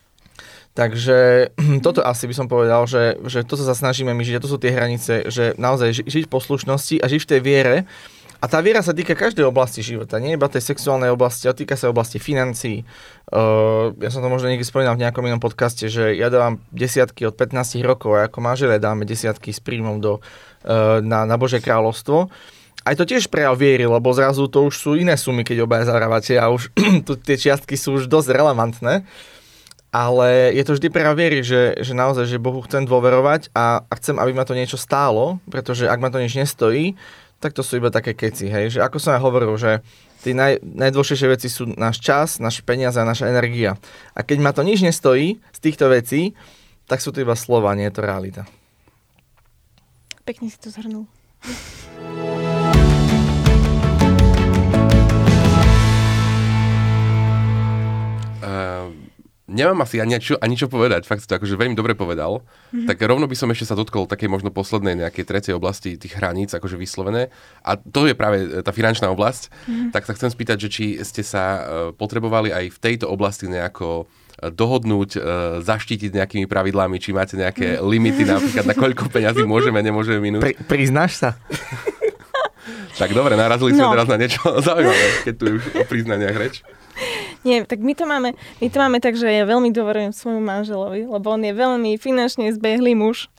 Takže toto asi by som povedal, že to sa snažíme my žiť, a to sú tie hranice, že naozaj žiť v poslušnosti a žiť v tej viere. A tá viera sa týka každej oblasti života, nie iba tej sexuálnej oblasti, ale týka sa oblasti financií. Ja som to možno niekde spomínal v nejakom inom podcaste, že ja dávam desiatky od 15 rokov a ako manželia dáme desiatky s príjmom na Božie kráľovstvo. Aj to tiež prejav viery, lebo zrazu to už sú iné sumy, keď obaja zahrávate a už tie čiastky sú už dosť relevantné. Ale je to vždy prejav viery, že naozaj, že Bohu chcem dôverovať a chcem, aby ma to niečo stálo, pretože ak ma to nič nestojí, tak to sú iba také keci, hej. Že ako som aj hovoril, že tie najdôležitejšie veci sú náš čas, naše peniaze a naša energia. A keď ma to nič nestojí z týchto vecí, tak sú to iba slova, nie je to realita. Pekne si to zhrnul. Nemám asi ani čo povedať, fakt si to akože veľmi dobre povedal. Tak rovno by som ešte sa dotkol takej možno poslednej nejakej tretej oblasti tých hraníc, akože vyslovené. A to je práve tá finančná oblasť. Tak sa chcem spýtať, že či ste sa potrebovali aj v tejto oblasti nejako dohodnúť, zaštítiť nejakými pravidlami, či máte nejaké limity, napríklad na koľko peňazí môžeme, nemôžeme minúť. Priznáš sa? Tak dobre, narazili sme teraz na niečo zaujímavé, keď tu už o priznaniach reč. Nie, tak my to máme tak, že ja veľmi dôverujem svojmu manželovi, lebo on je veľmi finančne zbehlý muž.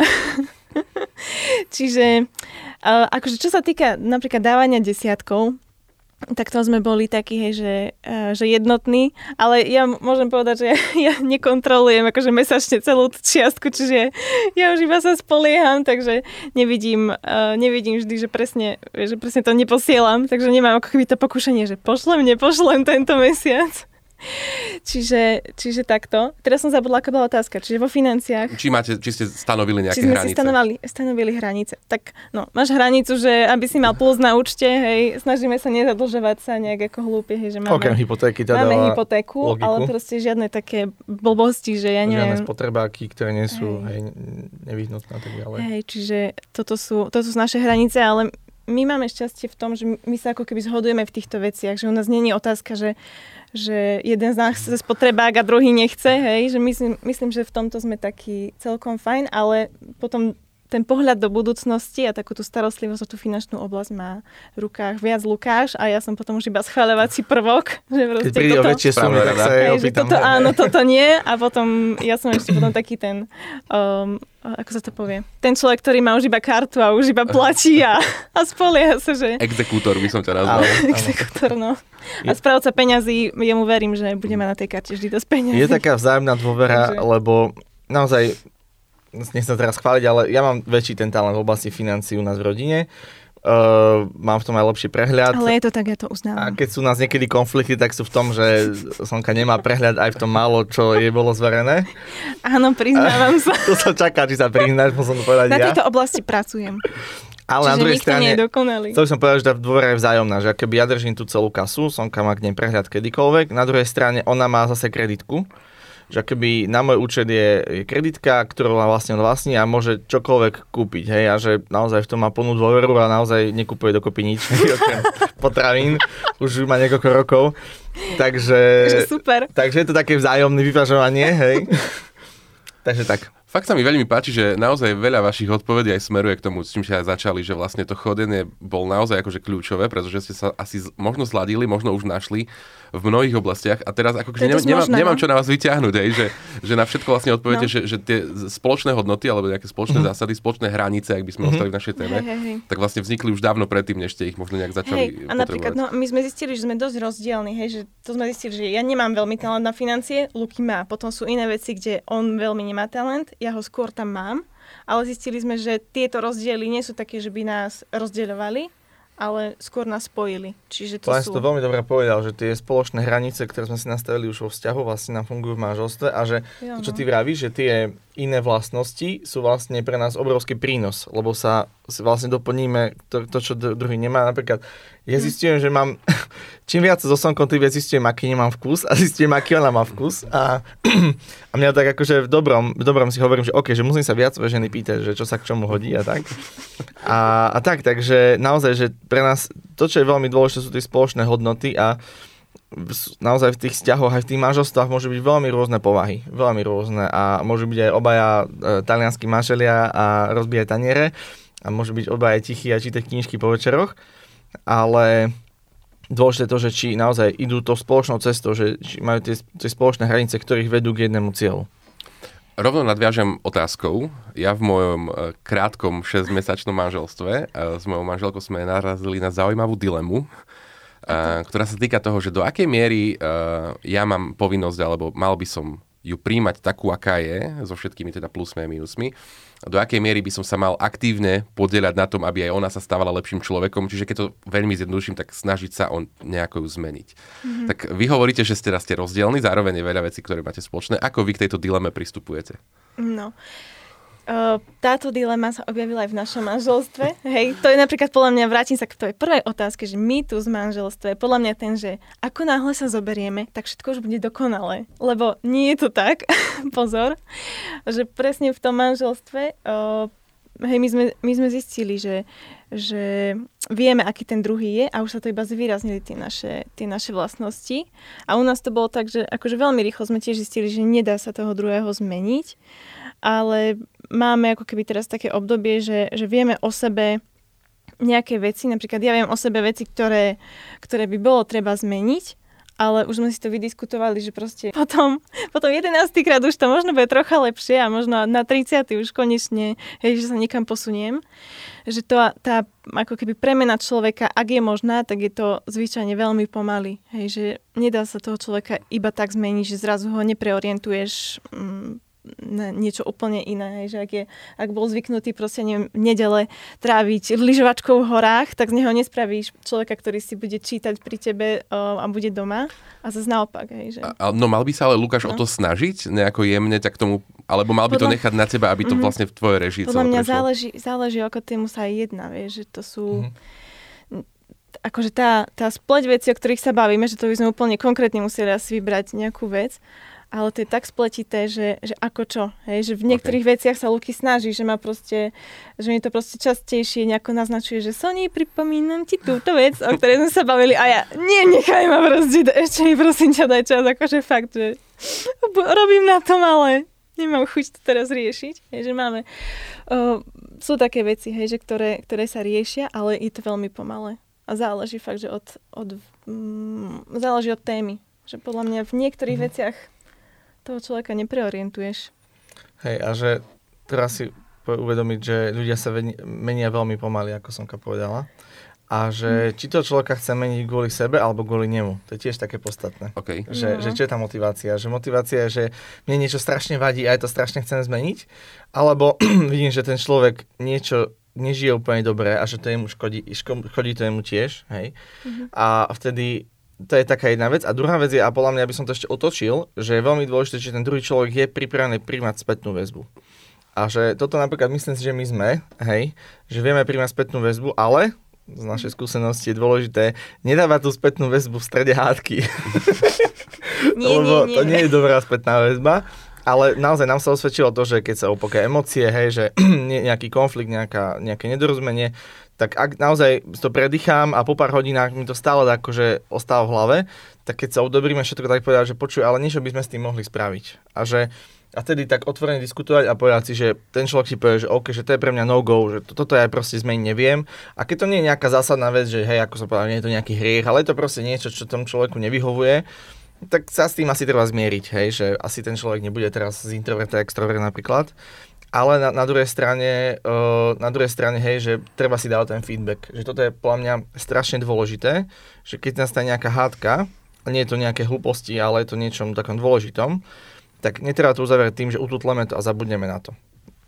Čiže akože čo sa týka napríklad dávania desiatkov, tak to sme boli takí, hej, že jednotní, ale ja môžem povedať, že ja nekontrolujem akože mesačne celú čiastku, čiže ja už iba sa spolieham, takže nevidím vždy, že presne to neposielam, takže nemám ako keby to pokušenie, že nepošlem tento mesiac. Čiže takto. Teraz som zabudla, aká bola otázka. Čiže vo financiách. Či ste stanovili nejaké hranice? Stanovili hranice. Tak, no, máš hranicu, že aby si mal plus na účte, hej, snažíme sa nezadlžovať sa nejak ako hlúpi, hej, že máme hypotéku, logiku. Ale proste žiadne také blbosti, že ja neviem. Žiadne spotrebáky, ktoré nie sú nevyhnutné a tak ďalej. Hej, čiže toto sú naše hranice, ale my máme šťastie v tom, že my sa ako keby zhodujeme v týchto veciach, že u nás nie je otázka, že jeden z nás chce spotrebák a druhý nechce, hej, že myslím, že v tomto sme takí celkom fajn, ale potom ten pohľad do budúcnosti a takú tú starostlivosť o tú finančnú oblasť má v rukách viac Lukáš a ja som potom už iba schvaľovací prvok, že proste keď príde o väčšie sumy, tak sa jej opýtam. Toto áno, toto nie a potom ja som ešte potom taký ten ako sa to povie? Ten človek, ktorý má už iba kartu a už iba platí a spolieha sa, že... Exekútor by som ťa nazval. Exekútor, no. A správca peňazí, jemu verím, že bude mať na tej karte vždy dosť peňazí. Je taká vzájomná dôvera, lebo naozaj, nechcem teraz chváliť, ale ja mám väčší ten talent v oblasti financií u nás v rodine. mám v tom aj lepší prehľad. Ale je to tak, ja to uznávam. A keď sú nás niekedy konflikty, tak sú v tom, že Sonka nemá prehľad aj v tom málo, čo jej bolo zverené. Áno, priznávam sa. To sa čaká, či sa priznáš, musím to povedať Na ja. tejto oblasti pracujem. Ale Čiže na druhej nikto strane, nie je dokonalý. chcel som povedať, že tá dôvera je vzájomná, že keby ja držím tú celú kasu, Sonka má k nej prehľad kedykoľvek, na druhej strane ona má zase kreditku, že keby na môj účet je kreditka, ktorú vlastne on vlastní a môže čokoľvek kúpiť, hej, a že naozaj v tom má plnú dôveru a naozaj nekupuje dokopy nič, okrem potravín, už má niekoľko rokov, takže super. Takže je to také vzájomné vyvažovanie, hej. Takže tak. Fakt sa mi veľmi páči, že naozaj veľa vašich odpovedí aj smeruje k tomu, s čím ste aj začali, že vlastne to chodenie bol naozaj akože kľúčové, pretože ste sa asi možno zladili, možno už našli v mnohých oblastiach a teraz akože nemám čo na vás vyťahnuť, že na všetko vlastne odpoviete, že tie spoločné hodnoty alebo nejaké spoločné zásady, spoločné hranice, ak by sme ostali v našej téme, tak vlastne vznikli už dávno predtým, než ste ich možno nejak začali potrebovať. A napríklad, my sme zistili, že sme dosť rozdielni, že to sme zistili, že ja nemám veľmi talent na financie, Luky má, potom sú iné veci, kde on veľmi nemá talent, ja ho skôr tam mám, ale zistili sme, že tieto rozdiely nie sú také, že by nás rozdeľovali, ale skôr nás spojili. Čiže to sú... to veľmi dobre povedal, že tie spoločné hranice, ktoré sme si nastavili už vo vzťahu, vlastne nám fungujú v manželstve a že to, čo ty vravíš, že tie iné vlastnosti sú vlastne pre nás obrovský prínos, lebo sa vlastne doplníme to čo druhý nemá. Napríklad ja zistujem, že mám, čím viac so Sonkou, tým viac zistujem, aký nemám vkus a zistujem, aký ona má vkus a mňa tak akože v dobrom si hovorím, že OK, že musím sa viac ženy pýtať, že čo sa k čomu hodí a tak. A takže naozaj, že pre nás to, čo je veľmi dôležité, sú tie spoločné hodnoty a naozaj v tých vzťahoch aj v tých manželstvách môžu byť veľmi rôzne povahy, veľmi rôzne a môžu byť aj obaja talianskí manželia a rozbíjať taniere a môžu byť obaja tichí a čítať knižky po večeroch, ale dôležité to, že či naozaj idú to spoločnou cestou, že či majú tie spoločné hranice, ktorých vedú k jednému cieľu. Rovno nadviažem otázkou. Ja v mojom krátkom 6-mesačnom manželstve s mojou manželkou sme narazili na zaujímavú dilemu, ktorá sa týka toho, že do akej miery ja mám povinnosť, alebo mal by som ju príjmať takú, aká je, so všetkými teda plusmi a minusmi, do akej miery by som sa mal aktívne podieľať na tom, aby aj ona sa stávala lepším človekom, čiže keď to veľmi zjednoduším, tak snažiť sa o nejako ju zmeniť. Mm-hmm. Tak vy hovoríte, že ste rozdielni, zároveň je veľa vecí, ktoré máte spoločné. Ako vy k tejto dileme pristupujete? No, táto dilema sa objavila aj v našom manželstve. Hej, to je napríklad podľa mňa, vrátim sa k tvojej prvej otázke, že my tu z manželstve, podľa mňa ten, že ako náhle sa zoberieme, tak všetko už bude dokonalé. Lebo nie je to tak, pozor, že presne v tom manželstve, hej, my sme zistili, že vieme, aký ten druhý je a už sa to iba zvýraznili tie naše vlastnosti. A u nás to bolo tak, že akože veľmi rýchlo sme tiež zistili, že nedá sa toho druhého zmeniť, ale máme ako keby teraz také obdobie, že vieme o sebe nejaké veci, napríklad ja viem o sebe veci, ktoré by bolo treba zmeniť, ale už sme si to vydiskutovali, že proste potom 11. krát už to možno bude trocha lepšie a možno na 30. už konečne, hej, že sa niekam posuniem. Že tá ako keby premena človeka, ak je možná, tak je to zvyčajne veľmi pomaly. Hej, že nedá sa toho človeka iba tak zmeniť, že zrazu ho nepreorientuješ na niečo úplne iné, že ak bol zvyknutý proste v nedele tráviť lyžovačkou v horách, tak z neho nespravíš človeka, ktorý si bude čítať pri tebe a bude doma a zase naopak. Hej, že... No mal by sa ale Lukáš o to snažiť nejako jemne tak tomu, alebo mal by to nechať na teba, aby to vlastne v tvojej režii podľa mňa záleží ako tému sa aj jedná, vieš, že to sú akože tá spleť veci, o ktorých sa bavíme, že to by sme úplne konkrétne museli asi vybrať nejakú vec. Ale to je tak spletité, že ako čo, hej? Že v niektorých veciach sa Luky snaží, že mi to proste častejšie nejako naznačuje, že Soni, pripomínam ti túto vec, o ktorej sme sa bavili a ja, nechaj ma proste, ešte mi prosím ťa daj čas, akože fakt, že robím na tom, ale nemám chuť to teraz riešiť, hej? Že máme, sú také veci, hej, že ktoré sa riešia, ale je to veľmi pomalé a záleží fakt, že záleží od témy, že podľa mňa v niektorých veciach toho človeka nepreorientuješ. Hej, a že teraz si uvedomiť, že ľudia sa menia veľmi pomaly, ako Sonka povedala. A že či to človeka chce meniť kvôli sebe, alebo kvôli nemu. To je tiež také podstatné. Okay. Že čo je tá motivácia? Že motivácia je, že mne niečo strašne vadí a ja to strašne chcem zmeniť. Alebo vidím, že ten človek niečo nežije úplne dobre a že to jemu škodí to jemu tiež, hej. A vtedy to je taká jedna vec. A druhá vec je, a podľa mňa by som to ešte otočil, že je veľmi dôležité, že ten druhý človek je pripravený príjmať spätnú väzbu. A že toto napríklad myslím si, že my sme, hej, že vieme príjmať spätnú väzbu, ale z našej skúsenosti je dôležité nedávať tú spätnú väzbu v strede hádky. Lebo to nie je dobrá spätná väzba. Ale naozaj nám sa osvedčilo to, že keď sa opáka emócie, hej, že nejaký konflikt, nejaké nedorozumenie, tak ak naozaj to predýcham a po pár hodinách mi to stále akože ostáva v hlave, tak keď sa odobríme všetko, tak povedať, že počuj, ale niečo by sme s tým mohli spraviť. A vtedy tak otvorene diskutovať a povedať si, že ten človek si povie, že OK, že to je pre mňa no-go, že toto ja proste zmeniť neviem. A keď to nie je nejaká zásadná vec, že hej, ako som povedal, nie je to nejaký hriech, ale je to proste niečo, čo tomu človeku nevyhovuje, tak sa s tým asi treba zmieriť, hej, že asi ten človek nebude teraz z introverta extrovert napríklad. Ale na druhej strane, hej, že treba si dávať ten feedback. Že toto je podľa mňa strašne dôležité, že keď nastane nejaká hádka, a nie je to nejaké hlúposti, ale je to niečom takom dôležitom, tak netreba to uzavrieť tým, že ututleme to a zabudneme na to.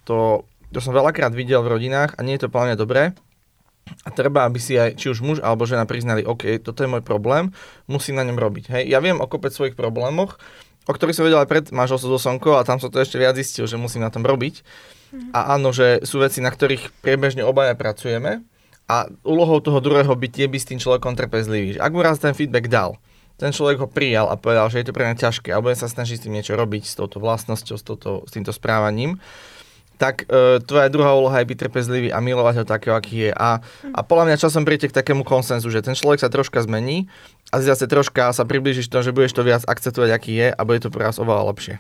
To som veľakrát videl v rodinách a nie je to podľa mňa dobré. A treba, aby si aj, či už muž alebo žena priznali, OK, toto je môj problém, musím na ňom robiť. Hej. Ja viem o kopec svojich problémoch, o ktorých som vedel aj pred manželstvom so Sonkou a tam som to ešte viac zistil, že musím na tom robiť. A áno, že sú veci, na ktorých priebežne obaja pracujeme a úlohou toho druhého byť je byť s tým človekom trpezlivý. Ak mu raz ten feedback dal, ten človek ho prijal a povedal, že je to pre mňa ťažké a budem sa snažiť s tým niečo robiť, s touto vlastnosťou, s týmto správaním, tak tvoja druhá úloha je byť trpezlivý a milovať ho takého, aký je. A podľa mňa časom príde k takému konsenzu, že ten človek sa troška zmení a zase troška sa priblížiš to, že budeš to viac akceptovať, aký je a bude to pre vás oveľa lepšie.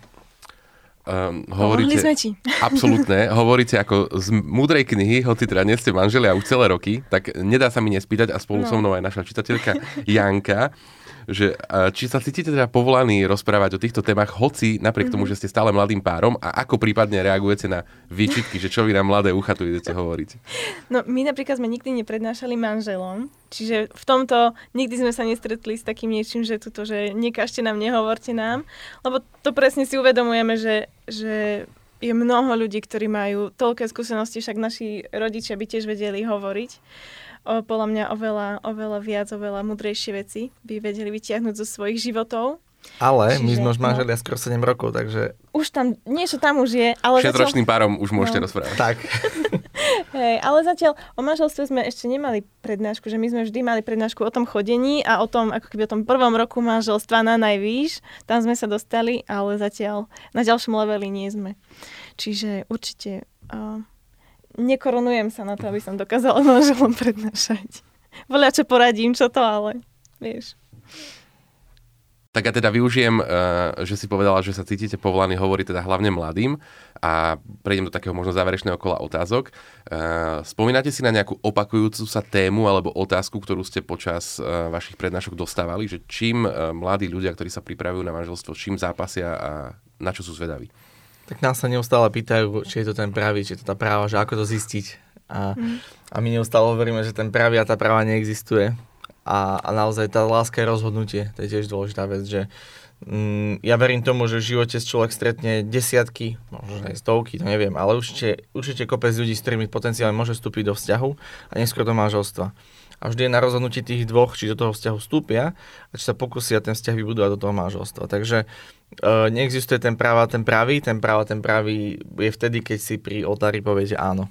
Hovoríte, sme ti. Absolútne, hovoríte ako z múdrej knihy, hoci teda nie ste manželia už celé roky, tak nedá sa mi nespýtať a spolu so mnou aj naša čitateľka Janka, že či sa cítite teda povolaní rozprávať o týchto témach, hoci napriek tomu, že ste stále mladým párom a ako prípadne reagujete na výčitky, že čo vy na mladé ucha tu idete hovoriť? No my napríklad sme nikdy neprednášali manželom, čiže v tomto nikdy sme sa nestretli s takým niečím, že tuto, že nekažte nám, nehovorte nám, lebo to presne si uvedomujeme, že je mnoho ľudí, ktorí majú toľké skúsenosti, však naši rodičia by tiež vedeli hovoriť. Podľa mňa oveľa viac, oveľa múdrejšie veci by vedeli vytiahnuť zo svojich životov. Ale my sme už manželia skoro 7 rokov, takže... Už tam, niečo tam už je, ale 6-ročným párom už môžete rozprávať. Tak. Hej, ale zatiaľ o manželstve sme ešte nemali prednášku, že my sme vždy mali prednášku o tom chodení a o tom, ako keby o tom prvom roku manželstva na najvýš. Tam sme sa dostali, ale zatiaľ na ďalšom leveli nie sme. Čiže určite... nekorunujem sa na to, aby som dokázala manželom prednášať. Voľa čo poradím, čo to, ale vieš. Tak ja teda využijem, že si povedala, že sa cítite povolaní hovoriť teda hlavne mladým a prejdem do takého možno záverečného kola otázok. Spomínate si na nejakú opakujúcu sa tému alebo otázku, ktorú ste počas vašich prednášok dostávali, že čím mladí ľudia, ktorí sa pripravujú na manželstvo, čím zápasia a na čo sú zvedaví? Tak nás sa neustále pýtajú, či je to ten pravý, či je to tá práva, že ako to zistiť. A my neustále hovoríme, že ten pravý a tá práva neexistuje. A naozaj tá láska je rozhodnutie. To je tiež dôležitá vec, že ja verím tomu, že v živote človek stretne desiatky, možno aj stovky, to neviem, ale určite kopec ľudí, s ktorými potenciálne môže vstúpiť do vzťahu a neskôr do manželstva. A vždy je na rozhodnutí tých dvoch, či do toho vzťahu vstúpia a či sa pokúsia ten vzťah vybudovať do toho manželstva. Takže neexistuje ten práva, ten pravý. Ten pravý je vtedy, keď si pri oltári povie, že áno.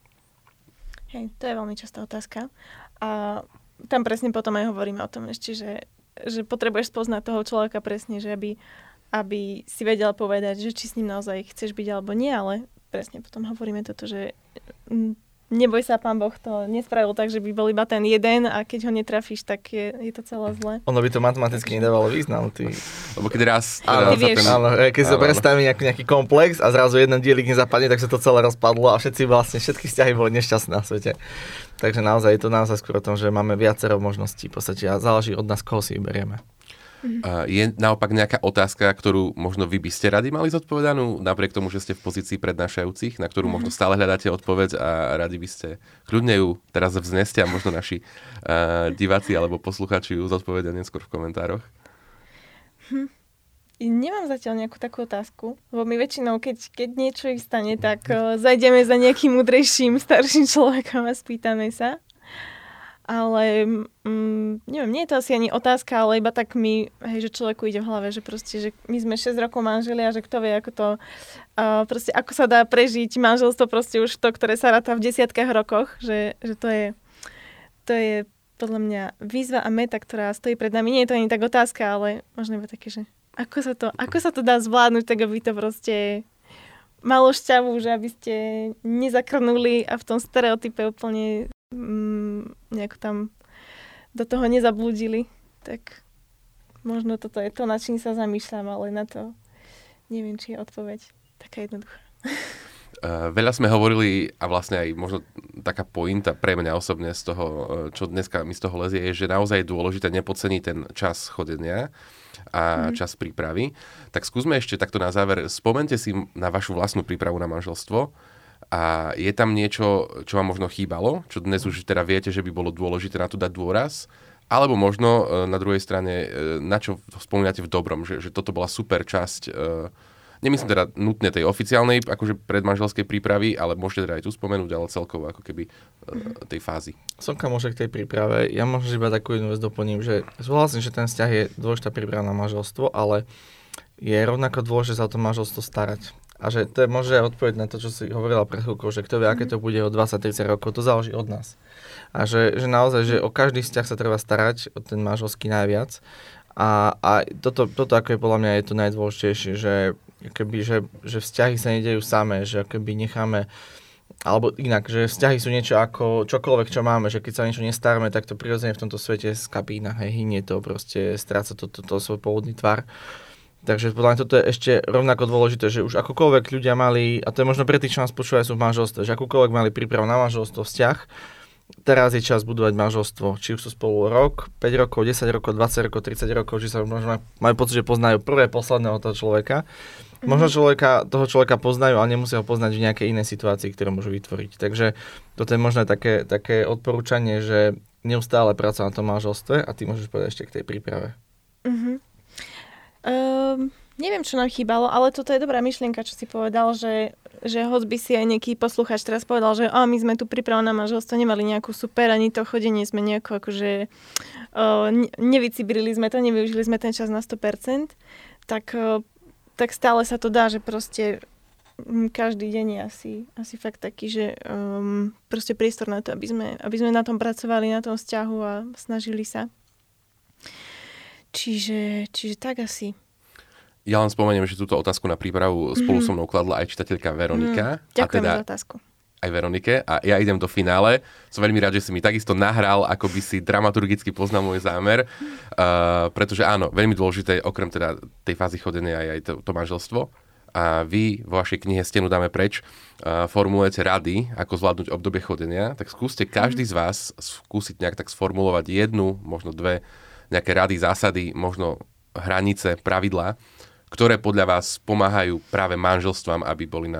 Hej, to je veľmi častá otázka. A tam presne potom aj hovoríme o tom ešte, že potrebuješ spoznať toho človeka presne, že aby si vedel povedať, že či s ním naozaj chceš byť alebo nie, ale presne potom hovoríme toto, že neboj sa, Pán Boh to nespravil tak, že by bol iba ten jeden a keď ho netrafíš, tak je to celé zle. Ono by to matematicky nedávalo význam. Lebo keď raz... keď sa predstaví nejaký komplex a zrazu jeden dielik nezapadne, tak sa to celé rozpadlo a všetky vzťahy boli nešťastné na svete. Takže naozaj je to naozaj skôr o tom, že máme viacero možností v podstate a záleží od nás, koho si vyberieme. Je naopak nejaká otázka, ktorú možno vy by ste radi mali zodpovedanú, napriek tomu, že ste v pozícii prednášajúcich, na ktorú možno stále hľadáte odpoveď a radi by ste kľudne ju teraz vzneste a možno naši diváci alebo posluchači ju zodpovedia neskôr v komentároch? Nemám zatiaľ nejakú takú otázku, lebo my väčšinou, keď niečo ich stane, tak zajdeme za nejakým múdrejším, starším človekom a spýtame sa. Ale neviem, nie je to asi ani otázka, ale iba tak že človeku ide v hlave, že proste, že my sme 6 rokov manželia, že kto vie, ako to, proste ako sa dá prežiť manželstvo, proste už to, ktoré sa ráta v desiatkách rokoch, že to je podľa mňa výzva a meta, ktorá stojí pred nami. Nie je to ani tak otázka, ale možno iba také, že ako sa to dá zvládnuť, tak aby to proste malo šťavu, že aby ste nezakrnuli a v tom stereotype úplne nejako tam do toho nezablúdili. Tak možno toto je to, nad čím sa zamýšľam, ale na to neviem, či je odpoveď taká jednoduchá. Veľa sme hovorili a vlastne aj možno taká pointa pre mňa osobne z toho, čo dneska mi z toho lezie, je, že naozaj je dôležité nepodceniť ten čas chodenia a čas prípravy. Tak skúsme ešte takto na záver. Spomente si na vašu vlastnú prípravu na manželstvo a je tam niečo, čo vám možno chýbalo, čo dnes už teda viete, že by bolo dôležité na to dať dôraz, alebo možno na druhej strane, na čo spomínate v dobrom, že toto bola super časť. Nemyslím teda nutne tej oficiálnej, akože predmanželskej prípravy, ale môžete teda aj tu spomenúť, ale celkovo ako keby tej fázy. Sonka môže k tej príprave. Ja možno iba takú jednu vec doplním, že súhlasím, že ten vzťah je dôležitá príprava na manželstvo, ale je rovnako dôležité sa o to manželstvo starať. A že to je možno aj odpoveď na to, čo si hovorila pred chvíľkou, že kto vie, aké to bude o 20-30 rokov, to záleží od nás. A že naozaj, že o každý vzťah sa treba starať, o ten manželský najviac. A toto ako je podľa mňa je to najdôležitejšie, že vzťahy sa nedejú samé, že akoby necháme, alebo inak, že vzťahy sú niečo ako čokoľvek, čo máme, že keď sa niečo nestarme, tak to prirodzene v tomto svete skapína, hynie to, proste stráca to svoj pôvodný tvar. Takže podľa mňa toto je ešte rovnako dôležité, že už akokoľvek ľudia mali, a to je možno pre tých, čo nás počúvajú, sú v manželstve, že akokoľvek mali prípravu na manželstvo, vzťah, teraz je čas budovať manželstvo. Či už sú spolu rok, 5 rokov, 10 rokov, 20 rokov, 30 rokov, či sa možno majú pocit, že poznajú prvé, posledného toho človeka. Možno toho človeka poznajú, ale nemusia ho poznať v nejakej inej situácii, ktorú môžu vytvoriť. Takže toto je možno také odporúčanie, že neustále pracovať na tom manželstve a ty môžeš povedať ešte k tej príprave. Neviem, čo nám chýbalo, ale toto je dobrá myšlienka, čo si povedal, že hoď by si aj nejaký poslucháč teraz povedal, že my sme tu pripravili na manželstvo, nemali nejakú super, ani to chodenie sme nejako akože nevycibrili sme to, nevyužili sme ten čas na 100%, tak stále sa to dá, že proste každý deň je asi fakt taký, že proste priestor na to, aby sme na tom pracovali, na tom vzťahu a snažili sa. Čiže tak asi. Ja len spomeniem, že túto otázku na prípravu spolu so mnou kladla aj čitateľka Veronika. Ďakujem za otázku. Aj Veronike. A ja idem do finále. Som veľmi rád, že si mi takisto nahral, ako by si dramaturgicky poznal môj zámer. Pretože áno, veľmi dôležité, okrem teda tej fázy chodenia aj to manželstvo. A vy vo vašej knihe Stenu dáme preč formulujete rady, ako zvládnuť obdobie chodenia. Tak skúste každý z vás skúsiť nejak tak sformulovať jednu, možno dve nejaké rady, zásady, možno hranice, pravidlá, ktoré podľa vás pomáhajú práve manželstvám, aby boli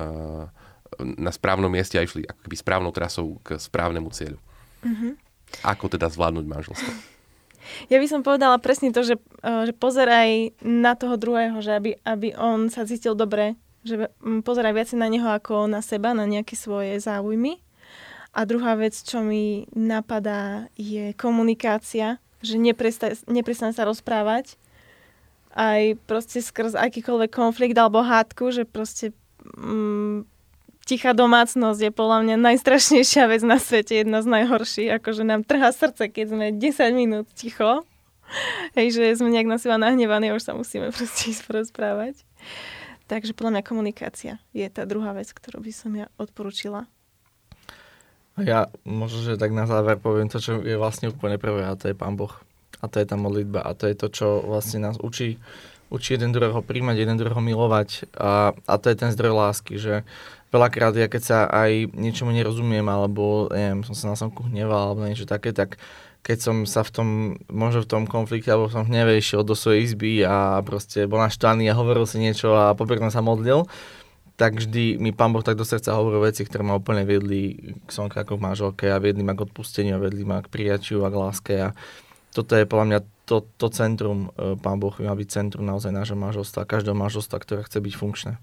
na správnom mieste a išli akoby správnou trasou k správnemu cieľu. Ako teda zvládnuť manželstvo? Ja by som povedala presne to, že pozeraj na toho druhého, že aby on sa cítil dobre, že pozeraj viac na neho ako na seba, na nejaké svoje záujmy. A druhá vec, čo mi napadá, je komunikácia, že neprestane sa rozprávať aj proste skrz akýkoľvek konflikt alebo hádku, že proste tichá domácnosť je podľa mňa najstrašnejšia vec na svete, jedna z najhorších, akože nám trhá srdce, keď sme 10 minút ticho, hej, že sme nejak na seba nahnevaní, už sa musíme proste ísť porozprávať. Takže podľa mňa komunikácia je tá druhá vec, ktorú by som ja odporúčila. Ja možno, že tak na záver poviem to, čo je vlastne úplne prvé, a to je Pán Boh. A to je tá modlitba. A to je to, čo vlastne nás učí jeden druhého príjmať, jeden druhého milovať. A to je ten zdroj lásky, že veľakrát ja keď sa aj niečomu nerozumiem, alebo neviem, som sa na Sonku hneval, alebo niečo také, tak keď som sa možno v tom konflikte, alebo som hneve išiel do svojej izby a proste bol naštvaný a hovoril si niečo a popekne sa modlil, tak vždy mi Pán Boh tak do srdca hovoril veci, ktoré ma úplne viedli k Sonke ako k manželke a viedli ma k odpusteniu a viedli ma k prijatiu a k láske. toto je podľa mňa to centrum, Pán Boh má byť centrum naozaj nášho manželstva, každého manželstva, ktoré chce byť funkčné.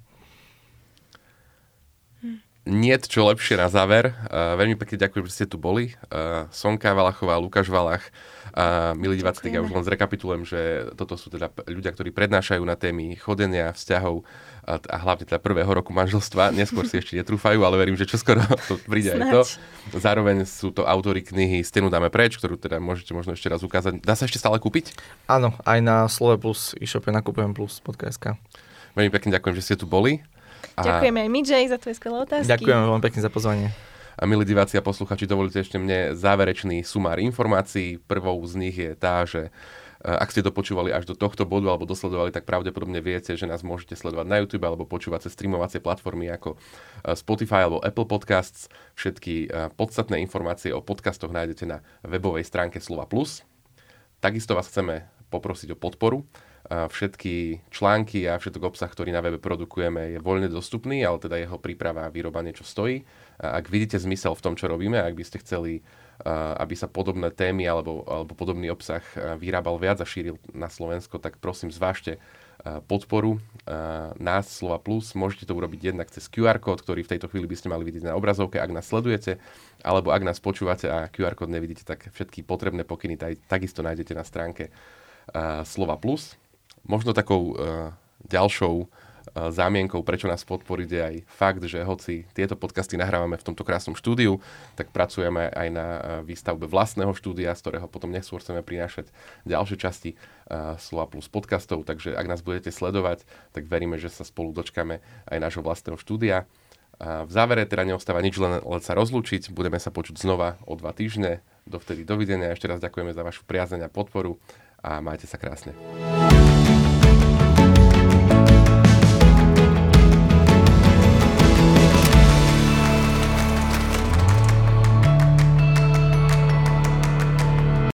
Niet čo lepšie na záver. Veľmi pekne ďakujem, že ste tu boli. Sonka Valachová, Lukáš Valach. Milí diváci, tak ja už len zrekapitulujem, že toto sú teda ľudia, ktorí prednášajú na témy chodenia, vzťahov a hlavne teda prvého roku manželstva. Neskôr si ešte netrúfajú, ale verím, že čoskoro to príde aj to. Zároveň sú to autori knihy Stenu dáme preč, ktorú teda môžete možno ešte raz ukázať. Dá sa ešte stále kúpiť? Áno, aj na Slove Plus, e-shope nakupujem.plus.sk. Veľmi pekne ďakujem, že ste tu boli. Ďakujeme aj my, Jay, za tvoje skvelé otázky. Ďakujem veľmi pekne za pozvanie. A milí diváci a posluchači, dovolite ešte mne záverečný sumár informácií. Prvou z nich je tá, že ak ste to počúvali až do tohto bodu alebo dosledovali, tak pravdepodobne viete, že nás môžete sledovať na YouTube alebo počúvať cez streamovacie platformy ako Spotify alebo Apple Podcasts. Všetky podstatné informácie o podcastoch nájdete na webovej stránke Slova Plus. Takisto vás chceme poprosiť o podporu. Všetky články a všetok obsah, ktorý na webe produkujeme, je voľne dostupný, ale teda jeho príprava a výroba niečo stojí. Ak vidíte zmysel v tom, čo robíme, ak by ste chceli, aby sa podobné témy alebo podobný obsah vyrábal viac a šíril na Slovensko, tak prosím zvážte podporu nás, Slova Plus. Môžete to urobiť jednak cez QR kód, ktorý v tejto chvíli by ste mali vidieť na obrazovke, ak nás sledujete, alebo ak nás počúvate a QR kód nevidíte, tak všetky potrebné pokyny takisto nájdete na stránke Slova Plus. Možno takou ďalšou zámienkou, prečo nás podporiť, je aj fakt, že hoci tieto podcasty nahrávame v tomto krásnom štúdiu, tak pracujeme aj na výstavbe vlastného štúdia, z ktorého potom neskôr chceme prinášať ďalšie časti Slova Plus podcastov, takže ak nás budete sledovať, tak veríme, že sa spolu dočkame aj nášho vlastného štúdia. A v závere teda neostáva nič, len sa rozlúčiť. Budeme sa počuť znova o 2 týždne. Dovtedy dovidenia. Ešte raz ďakujeme za vašu priazeň a podporu a majte sa krásne.